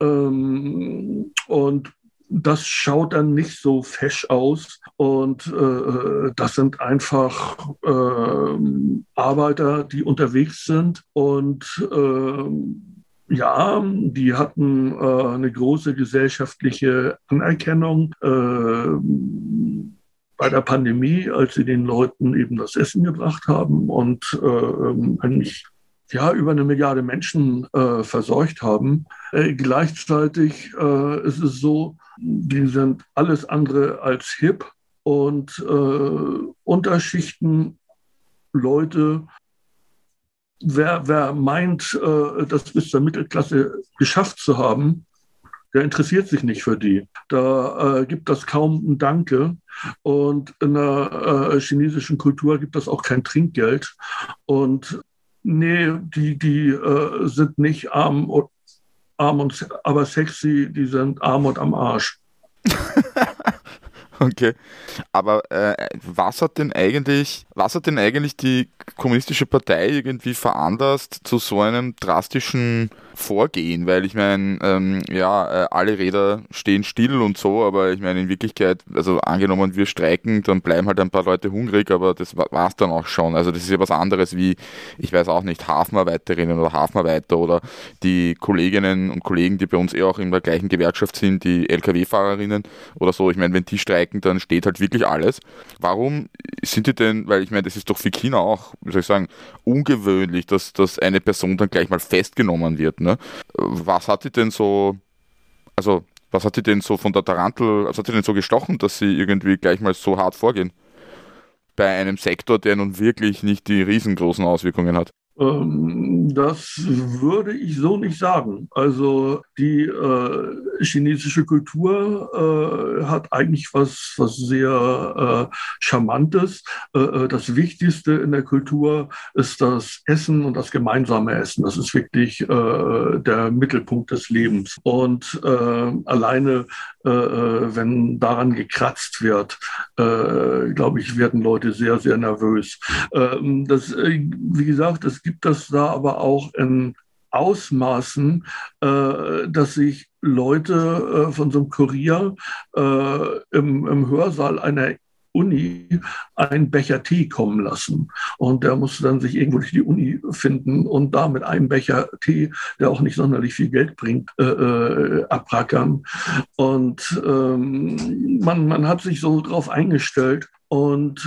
Ähm, und das schaut dann nicht so fesch aus und äh, das sind einfach äh, Arbeiter, die unterwegs sind und äh, ja, die hatten äh, eine große gesellschaftliche Anerkennung äh, bei der Pandemie, als sie den Leuten eben das Essen gebracht haben und äh, eigentlich ja, über eine Milliarde Menschen äh, versorgt haben. Äh, gleichzeitig äh, ist es so, die sind alles andere als hip und äh, Unterschichten Leute, wer, wer meint, äh, das bis zur Mittelklasse geschafft zu haben, der interessiert sich nicht für die. Da äh, gibt das kaum ein Danke. Und in der äh, chinesischen Kultur gibt es auch kein Trinkgeld. Und nee, die, die äh, sind nicht arm, arm und, aber sexy, die sind arm und am Arsch. Okay, aber äh, was hat denn eigentlich, was hat denn eigentlich die Kommunistische Partei irgendwie veranlasst zu so einem drastischen Vorgehen? Weil ich meine, ähm, ja, äh, alle Räder stehen still und so, aber ich meine in Wirklichkeit, also angenommen wir streiken, dann bleiben halt ein paar Leute hungrig, aber das war es dann auch schon. Also das ist ja was anderes wie, ich weiß auch nicht, Hafenarbeiterinnen oder Hafenarbeiter oder die Kolleginnen und Kollegen, die bei uns eh auch in der gleichen Gewerkschaft sind, die L K W-Fahrerinnen oder so. Ich meine, wenn die streiken, dann steht halt wirklich alles. Warum sind die denn, weil ich meine, das ist doch für China auch, wie soll ich sagen, ungewöhnlich, dass, dass eine Person dann gleich mal festgenommen wird, ne? Was hat die denn so, also Was hat sie denn so von der Tarantel, was hat sie denn so gestochen, dass sie irgendwie gleich mal so hart vorgehen? Bei einem Sektor, der nun wirklich nicht die riesengroßen Auswirkungen hat. Das würde ich so nicht sagen. Also die äh, chinesische Kultur äh, hat eigentlich was, was sehr äh, Charmantes. Äh, das Wichtigste in der Kultur ist das Essen und das gemeinsame Essen. Das ist wirklich äh, der Mittelpunkt des Lebens. Und äh, alleine, äh, wenn daran gekratzt wird, äh, glaube ich, werden Leute sehr, sehr nervös. Äh, das, wie gesagt, es gibt das da aber auch in Ausmaßen, äh, dass sich Leute äh, von so einem Kurier äh, im, im Hörsaal einer Uni einen Becher Tee kommen lassen. Und der musste dann sich irgendwo durch die Uni finden und da mit einem Becher Tee, der auch nicht sonderlich viel Geld bringt, äh, äh, abrackern. Und ähm, man, man hat sich so drauf eingestellt. Und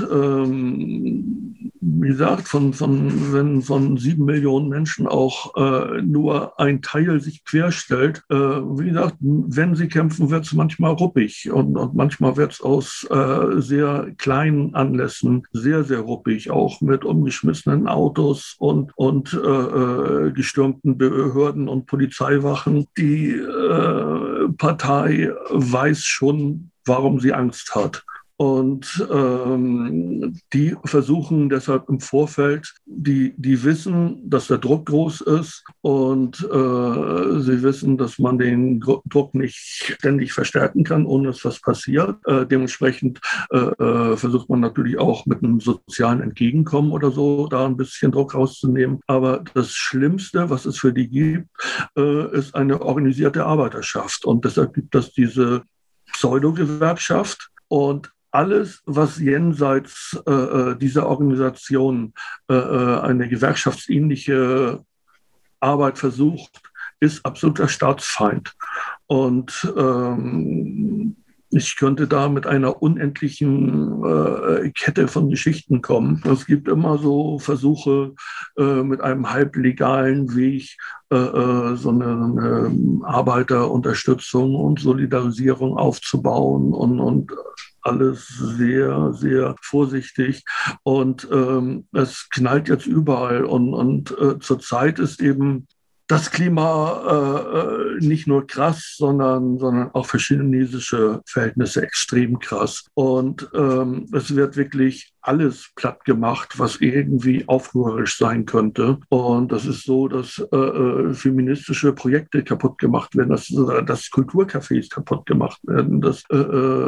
ähm, wie gesagt, von, von, wenn von sieben Millionen Menschen auch äh, nur ein Teil sich querstellt, äh, wie gesagt, wenn sie kämpfen, wird es manchmal ruppig. Und, und manchmal wird es aus äh, sehr kleinen Anlässen sehr, sehr ruppig, auch mit umgeschmissenen Autos und, und äh, gestürmten Behörden und Polizeiwachen. Die äh, Partei weiß schon, warum sie Angst hat. Und ähm, die versuchen deshalb im Vorfeld, die, die wissen, dass der Druck groß ist und äh, sie wissen, dass man den Druck nicht ständig verstärken kann, ohne dass was passiert. Äh, dementsprechend äh, versucht man natürlich auch mit einem sozialen Entgegenkommen oder so da ein bisschen Druck rauszunehmen. Aber das Schlimmste, was es für die gibt, äh, ist eine organisierte Arbeiterschaft. Und deshalb gibt es diese Pseudo-Gewerkschaft und alles, was jenseits äh, dieser Organisation äh, eine gewerkschaftsähnliche Arbeit versucht, ist absoluter Staatsfeind. Und ähm, ich könnte da mit einer unendlichen äh, Kette von Geschichten kommen. Es gibt immer so Versuche, äh, mit einem halblegalen Weg äh, so eine, eine Arbeiterunterstützung und Solidarisierung aufzubauen und, und alles sehr, sehr vorsichtig. Und ähm, es knallt jetzt überall. Und, und äh, zurzeit ist eben das Klima äh, nicht nur krass, sondern, sondern auch für chinesische Verhältnisse extrem krass. Und ähm, es wird wirklich alles platt gemacht, was irgendwie aufrührerisch sein könnte. Und das ist so, dass äh, feministische Projekte kaputt gemacht werden, dass, dass Kulturcafés kaputt gemacht werden, dass äh,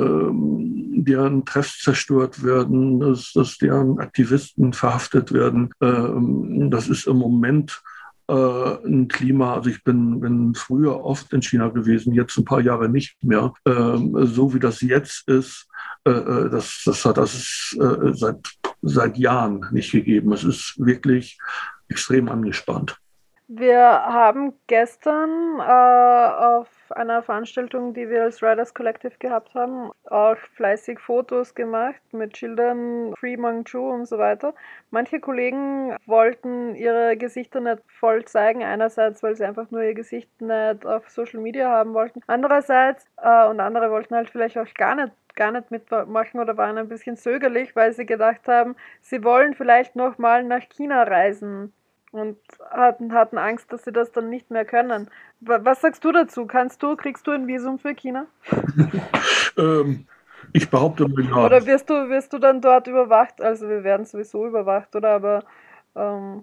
deren Treffs zerstört werden, dass, dass deren Aktivisten verhaftet werden. Äh, das ist im Moment ein Klima, also ich bin, bin früher oft in China gewesen, jetzt ein paar Jahre nicht mehr. Ähm, so wie das jetzt ist, äh, das, das hat das äh, seit, seit Jahren nicht gegeben. Es ist wirklich extrem angespannt. Wir haben gestern äh, auf einer Veranstaltung, die wir als Riders Collective gehabt haben, auch fleißig Fotos gemacht mit Schildern Free Mangchu und so weiter. Manche Kollegen wollten ihre Gesichter nicht voll zeigen, einerseits, weil sie einfach nur ihr Gesicht nicht auf Social Media haben wollten, andererseits, äh, und andere wollten halt vielleicht auch gar nicht gar nicht mitmachen oder waren ein bisschen zögerlich, weil sie gedacht haben, sie wollen vielleicht noch mal nach China reisen. Und hatten, hatten Angst, dass sie das dann nicht mehr können. Was sagst du dazu? Kannst du, kriegst du ein Visum für China? ähm, ich behaupte mal ja. Oder wirst du, wirst du dann dort überwacht? Also wir werden sowieso überwacht, oder? Aber ähm,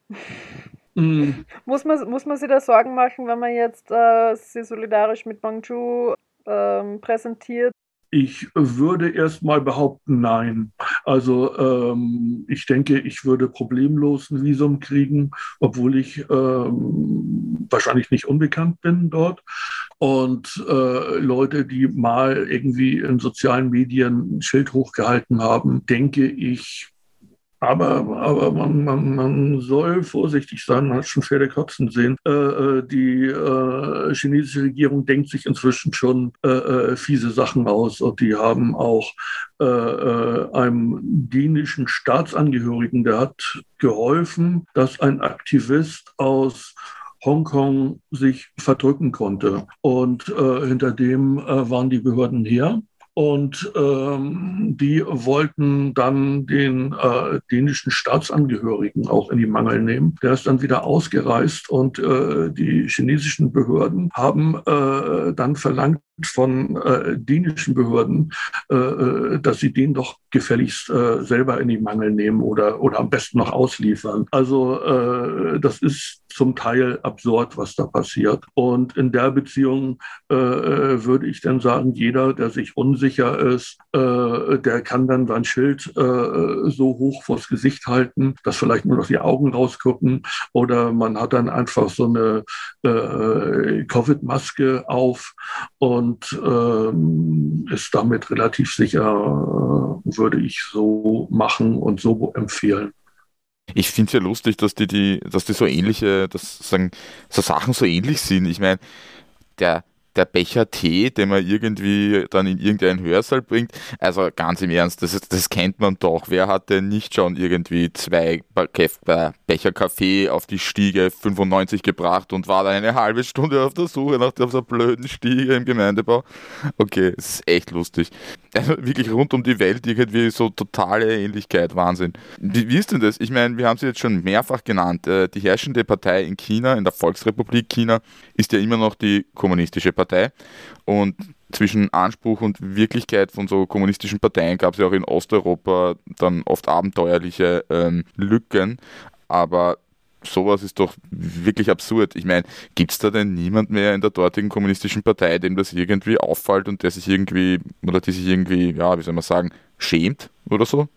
mm. muss, man, muss man sich da Sorgen machen, wenn man jetzt äh, sie solidarisch mit Mangchu ähm, präsentiert? Ich würde erst mal behaupten, nein. Also ähm, ich denke, ich würde problemlos ein Visum kriegen, obwohl ich ähm, wahrscheinlich nicht unbekannt bin dort. Und äh, Leute, die mal irgendwie in sozialen Medien ein Schild hochgehalten haben, denke ich, Aber, aber man, man, man soll vorsichtig sein, man hat schon Pferde kotzen sehen. Äh, die äh, chinesische Regierung denkt sich inzwischen schon äh, fiese Sachen aus und die haben auch äh, einem dänischen Staatsangehörigen, der hat geholfen, dass ein Aktivist aus Hongkong sich verdrücken konnte. Und äh, hinter dem äh, waren die Behörden her. Und ähm, die wollten dann den äh, dänischen Staatsangehörigen auch in die Mangel nehmen. Der ist dann wieder ausgereist und äh, die chinesischen Behörden haben äh, dann verlangt von äh, dänischen Behörden, äh, dass sie den doch gefälligst äh, selber in die Mangel nehmen oder, oder am besten noch ausliefern. Also äh, das ist zum Teil absurd, was da passiert. Und in der Beziehung äh, würde ich dann sagen, jeder, der sich unsicher ist, äh, der kann dann sein Schild äh, so hoch vors Gesicht halten, dass vielleicht nur noch die Augen rausgucken, oder man hat dann einfach so eine äh, Covid-Maske auf und ähm, ist damit relativ sicher, äh, würde ich so machen und so empfehlen. Ich finde es ja lustig, dass die, die, dass die so ähnliche, dass sagen, so Sachen so ähnlich sind. Ich meine, der, der Becher Tee, den man irgendwie dann in irgendeinen Hörsaal bringt, also ganz im Ernst, das, ist, das kennt man doch. Wer hat denn nicht schon irgendwie zwei Becher Kaffee auf die Stiege fünfundneunzig gebracht und war dann eine halbe Stunde auf der Suche nach dieser blöden Stiege im Gemeindebau? Okay, es ist echt lustig. Also wirklich rund um die Welt irgendwie so totale Ähnlichkeit, Wahnsinn. Wie, wie ist denn das? Ich meine, wir haben sie jetzt schon mehrfach genannt. Die herrschende Partei in China, in der Volksrepublik China, ist ja immer noch die kommunistische Partei. Und zwischen Anspruch und Wirklichkeit von so kommunistischen Parteien gab es ja auch in Osteuropa dann oft abenteuerliche ähm, Lücken. Aber sowas ist doch wirklich absurd. Ich meine, gibt es da denn niemand mehr in der dortigen kommunistischen Partei, dem das irgendwie auffällt und der sich irgendwie, oder die sich irgendwie, ja, wie soll man sagen, schämt oder so?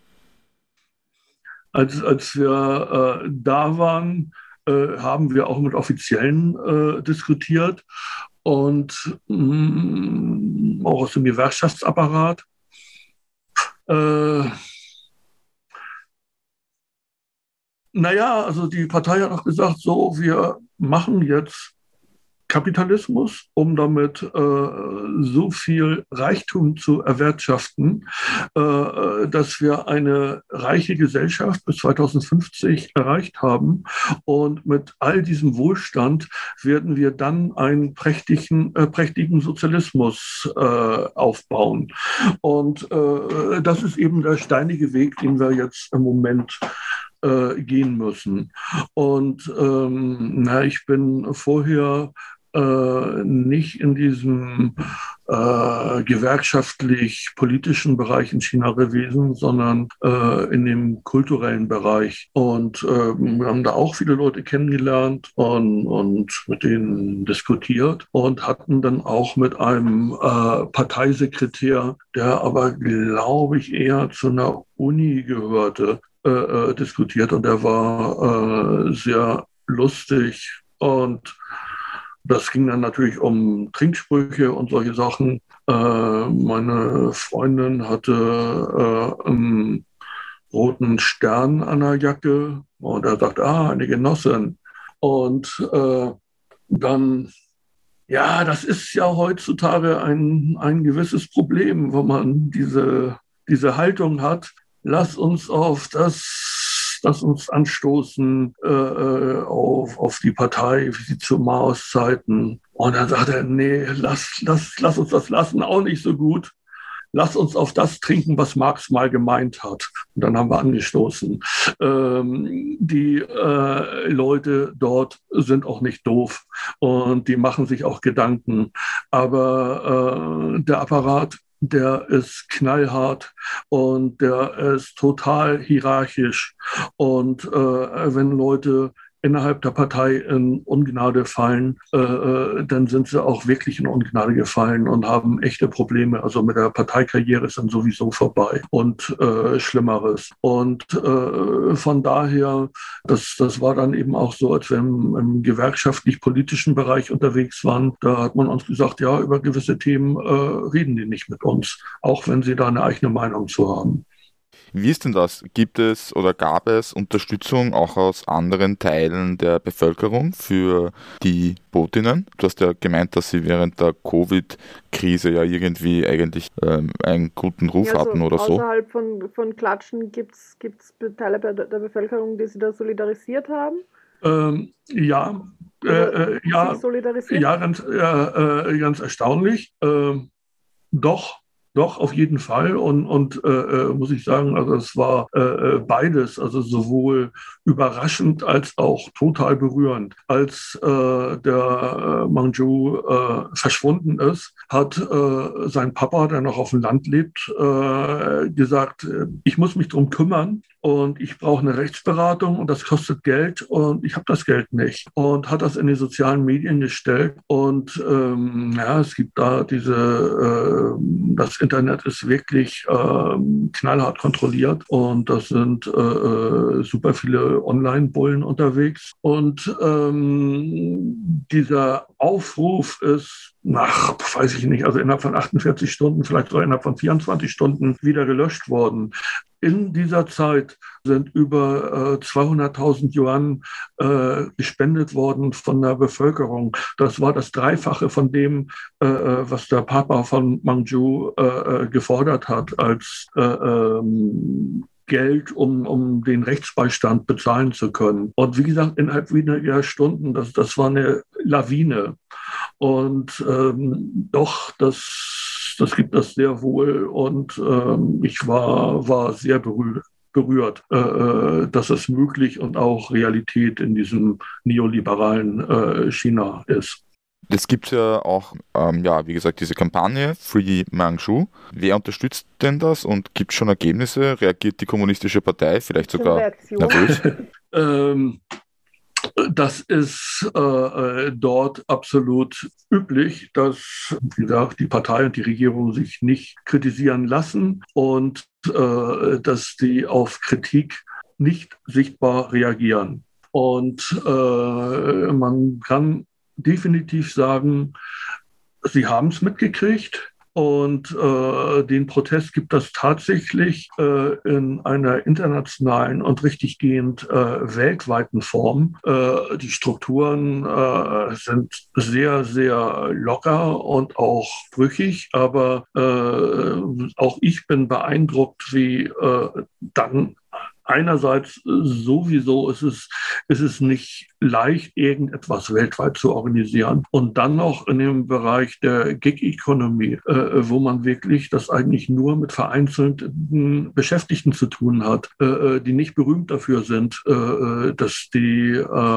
Als, als wir äh, da waren, äh, haben wir auch mit Offiziellen äh, diskutiert und mh, auch aus dem Gewerkschaftsapparat. Äh, naja, also die Partei hat auch gesagt, so, wir machen jetzt Kapitalismus, um damit äh, so viel Reichtum zu erwirtschaften, äh, dass wir eine reiche Gesellschaft bis zweitausendfünfzig erreicht haben. Und mit all diesem Wohlstand werden wir dann einen prächtigen, äh, prächtigen Sozialismus äh, aufbauen. Und äh, das ist eben der steinige Weg, den wir jetzt im Moment äh, gehen müssen. Und ähm, na, ich bin vorher äh, nicht in diesem äh, gewerkschaftlich-politischen Bereich in China gewesen, sondern äh, in dem kulturellen Bereich. Und äh, wir haben da auch viele Leute kennengelernt und, und mit denen diskutiert und hatten dann auch mit einem äh, Parteisekretär, der aber, glaube ich, eher zu einer Uni gehörte, äh, äh, diskutiert. Und der war äh, sehr lustig und das ging dann natürlich um Trinksprüche und solche Sachen. Äh, meine Freundin hatte äh, einen roten Stern an der Jacke und er sagte, ah, eine Genossin. Und äh, dann, ja, das ist ja heutzutage ein, ein gewisses Problem, wenn man diese, diese Haltung hat. Lass uns auf das Lass uns anstoßen äh, auf, auf die Partei, wie sie zu Maos-Zeiten. Und dann sagt er, nee, lass, lass, lass uns das lassen, auch nicht so gut. Lass uns auf das trinken, was Marx mal gemeint hat. Und dann haben wir angestoßen. Ähm, die äh, Leute dort sind auch nicht doof und die machen sich auch Gedanken. Aber äh, der Apparat, der ist knallhart und der ist total hierarchisch. Und äh, wenn Leute innerhalb der Partei in Ungnade fallen, äh, dann sind sie auch wirklich in Ungnade gefallen und haben echte Probleme. Also mit der Parteikarriere ist dann sowieso vorbei und äh, Schlimmeres. Und äh, von daher, das, das war dann eben auch so, als wir im, im gewerkschaftlich-politischen Bereich unterwegs waren, da hat man uns gesagt, ja, über gewisse Themen äh, reden die nicht mit uns, auch wenn sie da eine eigene Meinung zu haben. Wie ist denn das? Gibt es oder gab es Unterstützung auch aus anderen Teilen der Bevölkerung für die Botinnen? Du hast ja gemeint, dass sie während der Covid-Krise ja irgendwie eigentlich ähm, einen guten Ruf ja, also hatten oder außerhalb so. Außerhalb von, von Klatschen gibt es Teile der Bevölkerung, die sich da solidarisiert haben? Ähm, ja, äh, äh, ja, sich solidarisieren? Ja, ganz, äh, ganz erstaunlich. Äh, doch. Doch, auf jeden Fall. Und, und äh, muss ich sagen, also es war äh, beides, also sowohl überraschend als auch total berührend. Als äh, der äh, Manju äh, verschwunden ist, hat äh, sein Papa, der noch auf dem Land lebt, äh, gesagt, ich muss mich drum kümmern und ich brauche eine Rechtsberatung und das kostet Geld und ich habe das Geld nicht. Und hat das in die sozialen Medien gestellt. Und ähm, ja, es gibt da diese, äh, das Internet ist wirklich äh, knallhart kontrolliert und das sind äh, super viele Online-Bullen unterwegs. Und ähm, dieser Aufruf ist nach, weiß ich nicht, also innerhalb von achtundvierzig Stunden, vielleicht sogar innerhalb von vierundzwanzig Stunden wieder gelöscht worden. In dieser Zeit sind über äh, zweihunderttausend Yuan äh, gespendet worden von der Bevölkerung. Das war das Dreifache von dem, äh, was der Papa von Manju äh, gefordert hat als äh, ähm, Geld, um, um den Rechtsbeistand bezahlen zu können. Und wie gesagt, innerhalb weniger Stunden, das, das war eine Lawine. Und ähm, doch, das, das gibt es sehr wohl. Und ähm, ich war, war sehr berührt, berührt äh, dass es möglich und auch Realität in diesem neoliberalen äh, China ist. Es gibt ja auch, ähm, ja, wie gesagt, diese Kampagne Free Manchu. Wer unterstützt denn das und gibt es schon Ergebnisse? Reagiert die Kommunistische Partei vielleicht sogar nervös? ähm, Das ist äh, dort absolut üblich, dass, wie gesagt, die Partei und die Regierung sich nicht kritisieren lassen und äh, dass die auf Kritik nicht sichtbar reagieren. Und äh, man kann definitiv sagen, sie haben es mitgekriegt. Und äh, den Protest gibt es tatsächlich äh, in einer internationalen und richtiggehend äh, weltweiten Form. Äh, die Strukturen äh, sind sehr, sehr locker und auch brüchig, aber äh, auch ich bin beeindruckt, wie äh, dann einerseits sowieso ist es, ist es nicht leicht, irgendetwas weltweit zu organisieren. Und dann noch in dem Bereich der Gig-Economy, äh, wo man wirklich das eigentlich nur mit vereinzelten Beschäftigten zu tun hat, äh, die nicht berühmt dafür sind, äh, dass die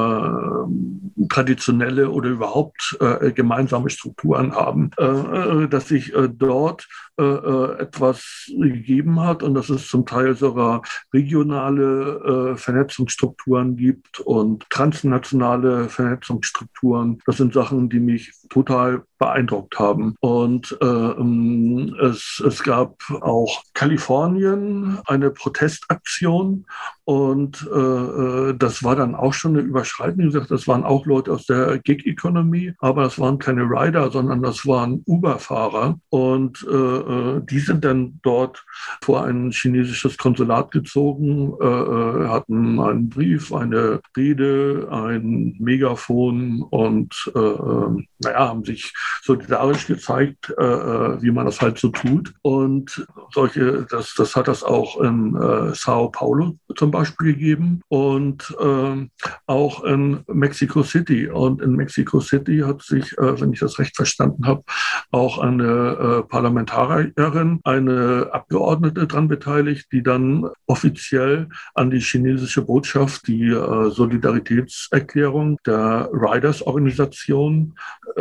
äh, traditionelle oder überhaupt äh, gemeinsame Strukturen haben, äh, dass sich äh, dort äh, etwas gegeben hat und dass es zum Teil sogar regionale äh, Vernetzungsstrukturen gibt und transnationale Vernetzungsstrukturen. Das sind Sachen, die mich total beeindruckt haben. Und äh, es, es gab auch Kalifornien eine Protestaktion und äh, das war dann auch schon eine Überschreitung. Wie gesagt, das waren auch Leute aus der Gig-Economy, aber das waren keine Rider, sondern das waren Uber-Fahrer und äh, die sind dann dort vor ein chinesisches Konsulat gezogen, äh, hatten einen Brief, eine Rede, ein Megafon und äh, naja, haben sich solidarisch gezeigt, äh, wie man das halt so tut. Und solche, das, das hat das auch in äh, Sao Paulo zum Beispiel gegeben und äh, auch in Mexico City. Und in Mexico City hat sich, äh, wenn ich das recht verstanden habe, auch eine äh, Parlamentarierin, eine Abgeordnete daran beteiligt, die dann offiziell an die chinesische Botschaft die äh, Solidaritätserklärung der Riders-Organisation,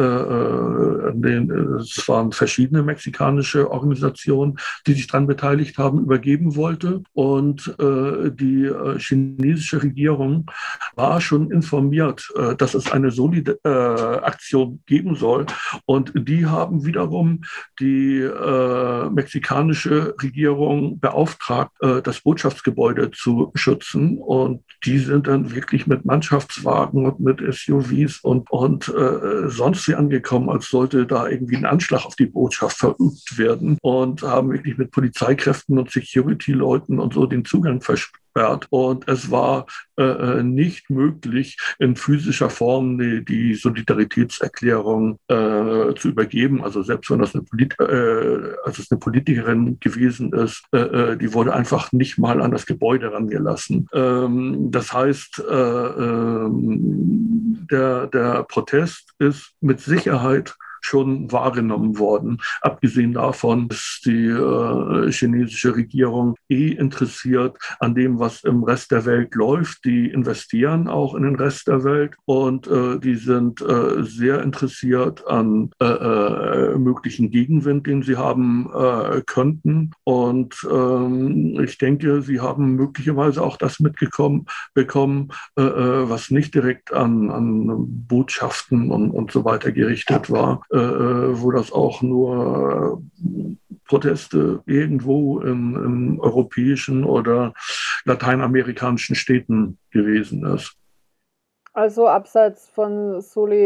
äh, den, es waren verschiedene mexikanische Organisationen, die sich daran beteiligt haben, übergeben wollte. Und äh, die äh, chinesische Regierung war schon informiert, äh, dass es eine Solid-Aktion äh, geben soll. Und die haben wiederum die äh, mexikanische Regierung beauftragt, äh, das Botschaftsgebäude zu schützen. Und die sind dann wirklich mit Mannschaftswagen und mit S U Vs und, und äh, sonst wie angekommen, als sollte da irgendwie ein Anschlag auf die Botschaft verübt werden und haben wirklich mit Polizeikräften und Security-Leuten und so den Zugang vers gesperrt und es war äh, nicht möglich, in physischer Form die, die Solidaritätserklärung äh, zu übergeben. Also selbst wenn das eine, Polit äh, also es eine Politikerin gewesen ist, äh, die wurde einfach nicht mal an das Gebäude rangelassen. Ähm, das heißt, äh, äh, der, der Protest ist mit Sicherheit schon wahrgenommen worden. Abgesehen davon ist die äh, chinesische Regierung eh interessiert an dem, was im Rest der Welt läuft. Die investieren auch in den Rest der Welt und äh, die sind äh, sehr interessiert an äh, äh, möglichen Gegenwind, den sie haben äh, könnten. Und ähm, ich denke, sie haben möglicherweise auch das mitbekommen, bekommen, äh, was nicht direkt an, an Botschaften und, und so weiter gerichtet war, wo das auch nur Proteste irgendwo in, in europäischen oder lateinamerikanischen Städten gewesen ist. Also abseits von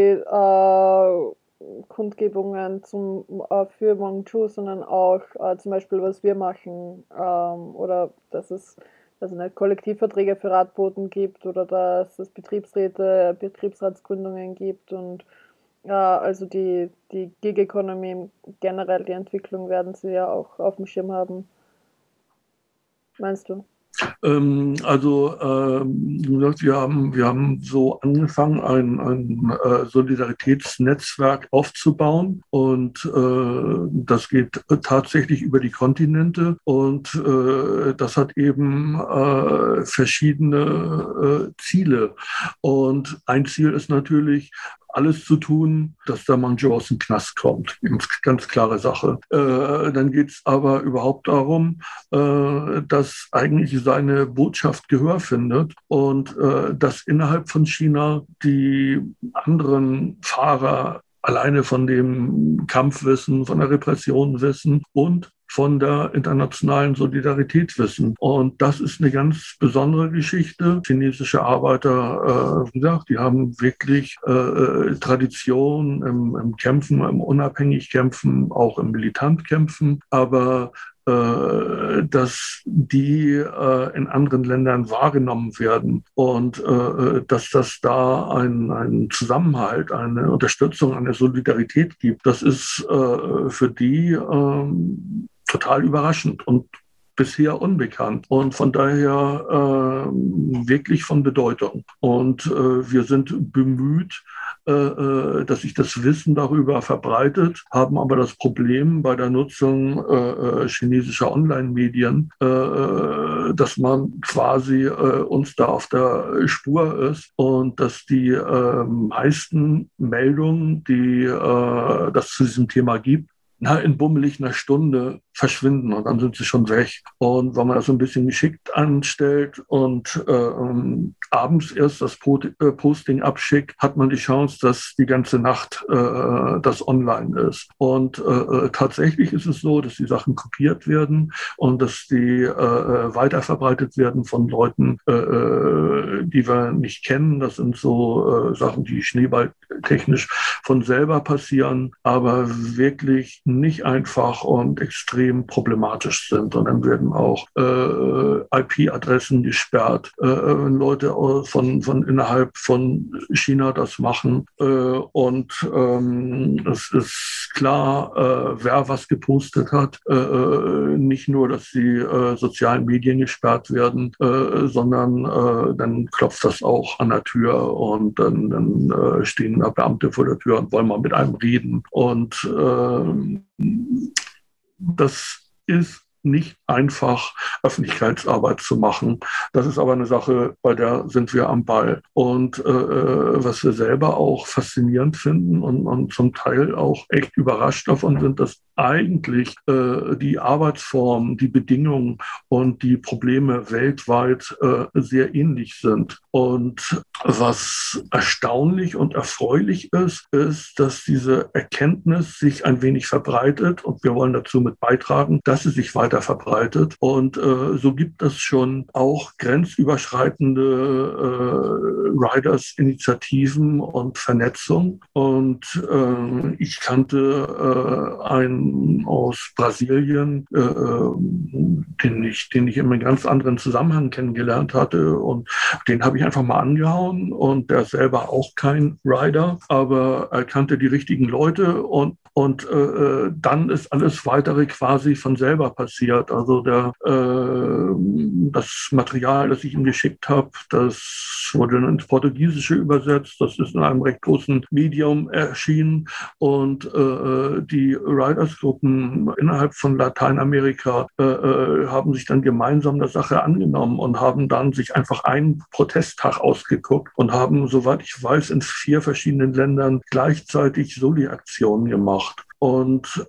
Soli-Kundgebungen äh, äh, für Hmongs, sondern auch äh, zum Beispiel, was wir machen, ähm, oder dass es dass es Kollektivverträge für Radboten gibt oder dass es Betriebsräte, Betriebsratsgründungen gibt und ja, also die, die Gig Economy, generell die Entwicklung werden sie ja auch auf dem Schirm haben. Meinst du? Ähm, also ähm, wir haben, wir haben so angefangen, ein, ein äh, Solidaritätsnetzwerk aufzubauen und äh, das geht tatsächlich über die Kontinente und äh, das hat eben äh, verschiedene äh, Ziele. Und ein Ziel ist natürlich, alles zu tun, dass der Manjo aus dem Knast kommt. Ganz, ganz klare Sache. Äh, dann geht es aber überhaupt darum, äh, dass eigentlich seine Botschaft Gehör findet und äh, dass innerhalb von China die anderen Fahrer alleine von dem Kampfwissen, von der Repression wissen und von der internationalen Solidarität wissen. Und das ist eine ganz besondere Geschichte. Chinesische Arbeiter, äh, wie gesagt, die haben wirklich äh, Tradition im, im Kämpfen, im Unabhängigkämpfen, auch im Militantkämpfen. Aber äh, dass die äh, in anderen Ländern wahrgenommen werden und äh, dass das da einen, einen Zusammenhalt, eine Unterstützung, eine Solidarität gibt, das ist äh, für die äh, total überraschend und bisher unbekannt und von daher äh, wirklich von Bedeutung. Und äh, wir sind bemüht, äh, dass sich das Wissen darüber verbreitet, haben aber das Problem bei der Nutzung äh, chinesischer Online-Medien, äh, dass man quasi äh, uns da auf der Spur ist und dass die äh, meisten Meldungen, die äh, das zu diesem Thema gibt, na, in bummelig einer Stunde verschwinden und dann sind sie schon weg. Und wenn man das so ein bisschen geschickt anstellt und äh, ähm, abends erst das äh, Posting abschickt, hat man die Chance, dass die ganze Nacht äh, das online ist. Und äh, tatsächlich ist es so, dass die Sachen kopiert werden und dass die äh, weiterverbreitet werden von Leuten, äh, die wir nicht kennen. Das sind so äh, Sachen, die schneeballtechnisch von selber passieren, aber wirklich nicht einfach und extrem problematisch sind. Und dann werden auch äh, I P-Adressen gesperrt, äh, wenn Leute von, von innerhalb von China das machen. Äh, und ähm, es ist klar, äh, wer was gepostet hat. Äh, nicht nur, dass die äh, sozialen Medien gesperrt werden, äh, sondern äh, dann klopft das auch an der Tür und dann, dann äh, stehen da Beamte vor der Tür und wollen mal mit einem reden. Und äh, das ist nicht einfach, Öffentlichkeitsarbeit zu machen. Das ist aber eine Sache, bei der sind wir am Ball. Und äh, was wir selber auch faszinierend finden und, und zum Teil auch echt überrascht davon sind, dass eigentlich äh, die Arbeitsformen, die Bedingungen und die Probleme weltweit äh, sehr ähnlich sind. Und was erstaunlich und erfreulich ist, ist, dass diese Erkenntnis sich ein wenig verbreitet und wir wollen dazu mit beitragen, dass sie sich weiter verbreitet. Und äh, so gibt es schon auch grenzüberschreitende äh, Riders-Initiativen und Vernetzung. Und äh, ich kannte äh, ein ähm, aus Brasilien, äh, den, ich, den ich in einem ganz anderen Zusammenhang kennengelernt hatte. Und den habe ich einfach mal angehauen. Und der selber auch kein Rider, aber er kannte die richtigen Leute. Und Und äh, dann ist alles Weitere quasi von selber passiert. Also der, äh, das Material, das ich ihm geschickt habe, das wurde ins Portugiesische übersetzt. Das ist in einem recht großen Medium erschienen. Und äh, die Riders-Gruppen innerhalb von Lateinamerika äh, äh, haben sich dann gemeinsam der Sache angenommen und haben dann sich einfach einen Protesttag ausgeguckt und haben, soweit ich weiß, in vier verschiedenen Ländern gleichzeitig Soli-Aktionen gemacht. Und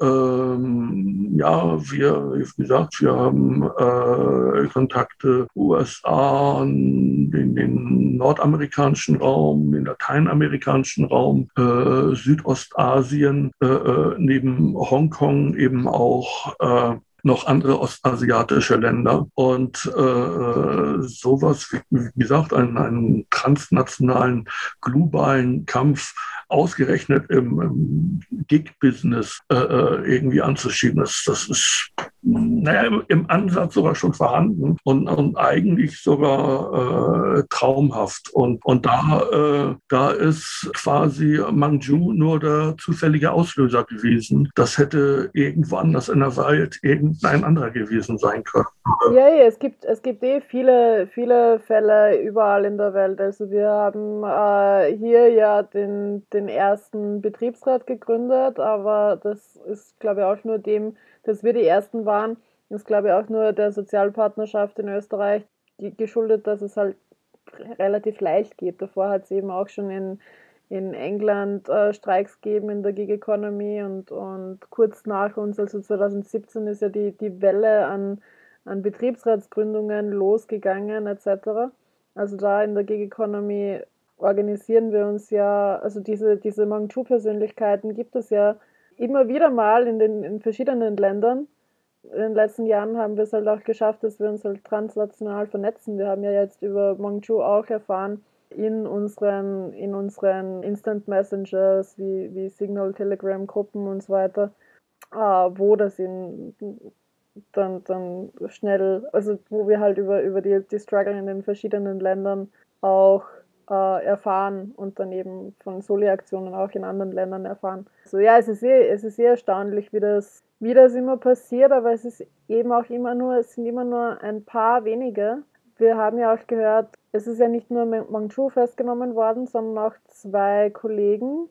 ähm, ja, wir, wie gesagt, wir haben äh, Kontakte U S A, in den nordamerikanischen Raum, den lateinamerikanischen Raum, äh, Südostasien, äh, neben Hongkong eben auch äh, noch andere ostasiatische Länder. Und äh, sowas, wie gesagt, einen, einen transnationalen, globalen Kampf ausgerechnet im, im Gig-Business äh, irgendwie anzuschieben, das, das ist naja, im, im Ansatz sogar schon vorhanden und, und eigentlich sogar äh, traumhaft. Und, und da, äh, da ist quasi Mangju nur der zufällige Auslöser gewesen. Das hätte irgendwo anders in der Welt irgendein anderer gewesen sein können. Ja, ja, es gibt, es gibt eh viele, viele Fälle überall in der Welt. Also wir haben äh, hier ja den, den ersten Betriebsrat gegründet, aber das ist, glaube ich, auch nur dem, dass wir die Ersten waren, ist, glaube ich, auch nur der Sozialpartnerschaft in Österreich geschuldet, dass es halt relativ leicht geht. Davor hat es eben auch schon in, in England äh, Streiks gegeben in der Gig Economy und, und kurz nach uns, also zwanzig siebzehn, ist ja die, die Welle an, an Betriebsratsgründungen losgegangen et cetera. Also da in der Gig Economy organisieren wir uns ja, also diese, diese Mangju-Persönlichkeiten gibt es ja immer wieder mal in den in verschiedenen Ländern. In den letzten Jahren haben wir es halt auch geschafft, dass wir uns halt transnational vernetzen. Wir haben ja jetzt über Mangju auch erfahren in unseren, in unseren Instant Messengers wie, wie Signal, Telegram, Gruppen und so weiter, äh, wo das in, dann, dann schnell, also wo wir halt über, über die, die Struggle in den verschiedenen Ländern auch äh, erfahren und dann eben von Soli-Aktionen auch in anderen Ländern erfahren. Also ja, es ist sehr, es ist sehr erstaunlich, wie das, wie das immer passiert, aber es ist eben auch immer nur, es sind immer nur ein paar wenige. Wir haben ja auch gehört, es ist ja nicht nur Mangju festgenommen worden, sondern auch zwei Kollegen.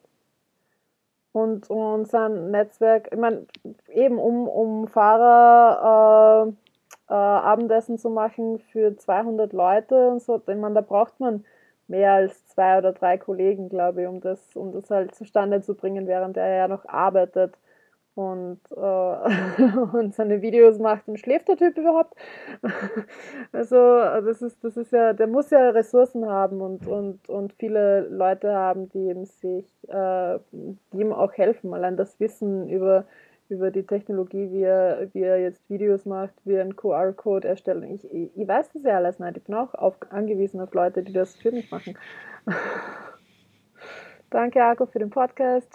Und unser Netzwerk, ich meine, eben um, um Fahrer äh, äh, Abendessen zu machen für zweihundert Leute und so, ich meine, da braucht man mehr als zwei oder drei Kollegen, glaube ich, um das, um das halt zustande zu bringen, während er ja noch arbeitet und, äh, und seine Videos macht. Und schläft der Typ überhaupt? Also das ist, das ist ja, der muss ja Ressourcen haben und, und, und viele Leute haben, die ihm sich, äh, die ihm auch helfen. Allein das Wissen über, über die Technologie, wie er, wie er jetzt Videos macht, wie er einen Q R-Code erstellt. Ich, ich, ich weiß das ja alles nicht. Ich bin auch auf, angewiesen auf Leute, die das für mich machen. Danke, Arco, für den Podcast.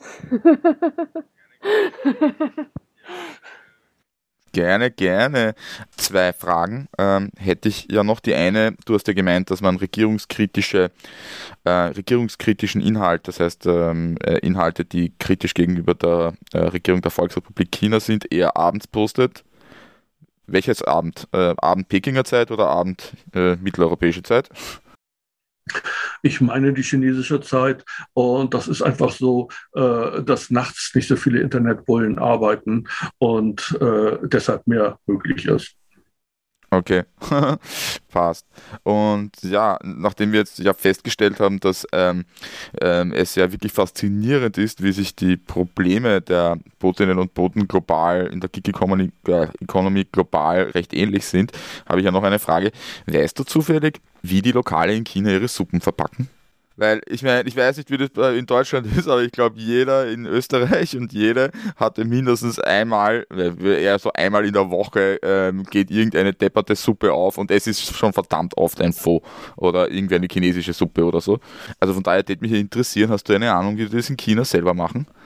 Gerne, gerne. Zwei Fragen ähm, hätte ich ja noch. Die eine, du hast ja gemeint, dass man regierungskritische, äh, regierungskritischen Inhalt, das heißt ähm, äh, Inhalte, die kritisch gegenüber der äh, Regierung der Volksrepublik China sind, eher abends postet. Welches Abend? Äh, Abend Pekinger Zeit oder Abend äh, mitteleuropäische Zeit? Ich meine die chinesische Zeit, und das ist einfach so, äh, dass nachts nicht so viele Internetbullen arbeiten und äh, deshalb mehr möglich ist. Okay, passt. Und ja, nachdem wir jetzt ja festgestellt haben, dass ähm, ähm, es ja wirklich faszinierend ist, wie sich die Probleme der Botinnen und Boten global in der Gig Economy, äh, Economy global recht ähnlich sind, habe ich ja noch eine Frage. Weißt du zufällig, wie die Lokale in China ihre Suppen verpacken? Weil ich meine, ich weiß nicht, wie das in Deutschland ist, aber ich glaube, jeder in Österreich und jede hatte mindestens einmal, eher so einmal in der Woche ähm, geht irgendeine depperte Suppe auf und es ist schon verdammt oft ein Pho oder irgendwie eine chinesische Suppe oder so. Also von daher würde mich interessieren, hast du eine Ahnung, wie die das in China selber machen?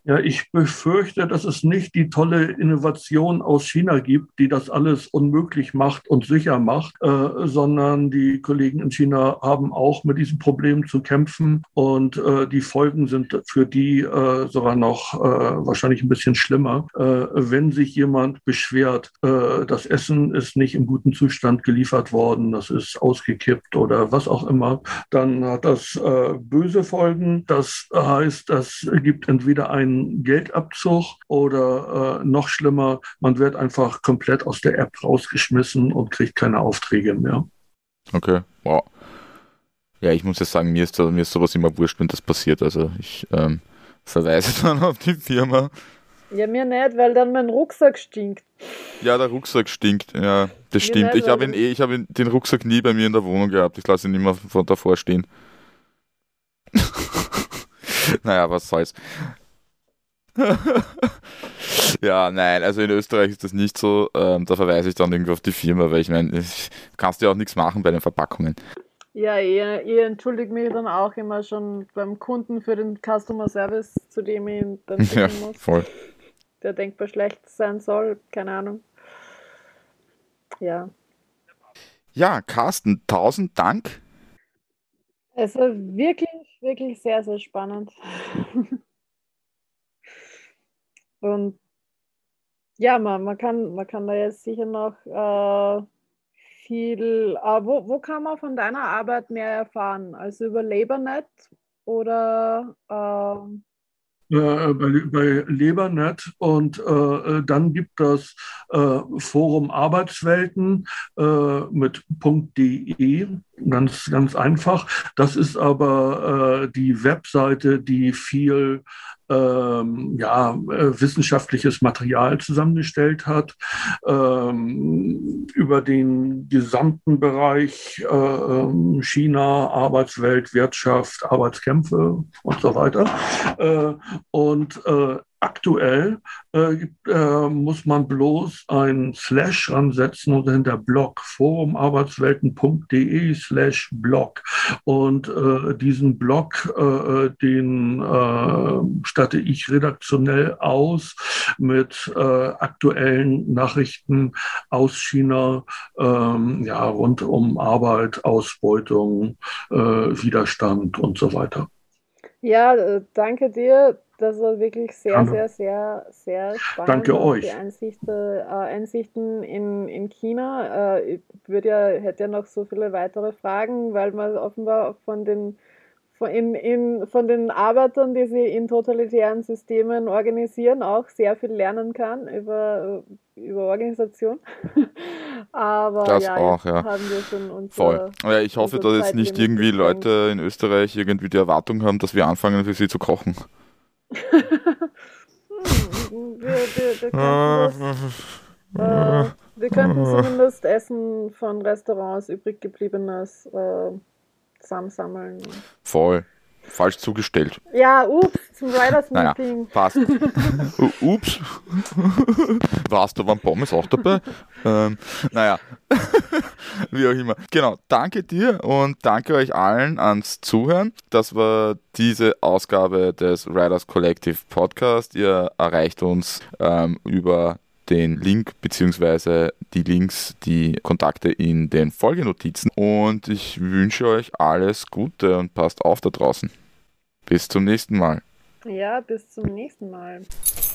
Ja, ich befürchte, dass es nicht die tolle Innovation aus China gibt, die das alles unmöglich macht und sicher macht, äh, sondern die Kollegen in China haben auch mit diesem Problem zu kämpfen und äh, die Folgen sind für die äh, sogar noch äh, wahrscheinlich ein bisschen schlimmer. Äh, wenn sich jemand beschwert, äh, das Essen ist nicht im guten Zustand geliefert worden, das ist ausgekippt oder was auch immer, dann hat das äh, böse Folgen. Das heißt, das gibt entweder einen Geldabzug oder äh, noch schlimmer, man wird einfach komplett aus der App rausgeschmissen und kriegt keine Aufträge mehr. Okay, wow. Ja, ich muss ja sagen, mir ist, da, mir ist sowas immer wurscht, wenn das passiert. Also ich ähm, verweise dann auf die Firma. Ja, mir nicht, weil dann mein Rucksack stinkt. Ja, der Rucksack stinkt, ja, das Mir stimmt. nicht, Ich habe ihn weil- eh, ich habe den Rucksack nie bei mir in der Wohnung gehabt. Ich lasse ihn immer von davor stehen. Naja, was soll's. Ja, nein, also in Österreich ist das nicht so. Ähm, da verweise ich dann irgendwie auf die Firma, weil ich meine, ich- kannst ja auch nichts machen bei den Verpackungen. Ja, ihr, ihr entschuldigt mich dann auch immer schon beim Kunden für den Customer Service, zu dem ich ihn dann Ja, schicken muss, voll. der denkbar schlecht sein soll, keine Ahnung. Ja. Ja, Carsten, tausend Dank. Es war wirklich, wirklich sehr, sehr spannend. Und ja, man, man kann, man kann da jetzt sicher noch äh, viel. Äh, wo, wo kann man von deiner Arbeit mehr erfahren? Also über LabourNet oder ähm, Äh, bei, bei Lebernet und äh, dann gibt das äh, Forum Arbeitswelten äh, mit .de, ganz, ganz einfach. Das ist aber äh, die Webseite, die viel ähm, ja, äh, wissenschaftliches Material zusammengestellt hat ähm, über den gesamten Bereich äh, ähm, China, Arbeitswelt, Wirtschaft, Arbeitskämpfe und so weiter. Äh, und äh, aktuell äh, gibt, äh, muss man bloß ein Slash ansetzen und hinter Blog, forumarbeitswelten.de slash Blog. Und äh, diesen Blog, äh, den äh, statte ich redaktionell aus mit äh, aktuellen Nachrichten aus China, ähm, ja, rund um Arbeit, Ausbeutung, äh, Widerstand und so weiter. ja, äh, danke dir. Das war wirklich sehr, Gerne. sehr, sehr, sehr spannend. Danke auch euch. Die Einsichten, äh, Einsichten in, in China. Äh, ich würde ja, hätte ja noch so viele weitere Fragen, weil man offenbar von den, von, in, in, von den Arbeitern, die sie in totalitären Systemen organisieren, auch sehr viel lernen kann über, über Organisation. Aber Das ja, auch, jetzt ja. haben wir schon unser, Voll. Ja, ich hoffe, unser dass jetzt nicht Zeitlimit irgendwie gesprengt. Leute in Österreich irgendwie die Erwartung haben, dass wir anfangen, für sie zu kochen. Hm, wir, wir, wir könnten das, äh, wir könnten zumindest Essen von Restaurants übrig gebliebenes äh, zusammensammeln. Voll. Falsch zugestellt. Ja, ups, zum Riders Naja, Meeting. passt. Uh, ups. Was, da waren Pommes auch dabei? Ähm, naja, wie auch immer. Genau, danke dir und danke euch allen ans Zuhören. Das war diese Ausgabe des Riders Collective Podcast. Ihr erreicht uns ähm, über den Link bzw. die Links, die Kontakte in den Folgenotizen. Und ich wünsche euch alles Gute und passt auf da draußen. Bis zum nächsten Mal. Ja, bis zum nächsten Mal.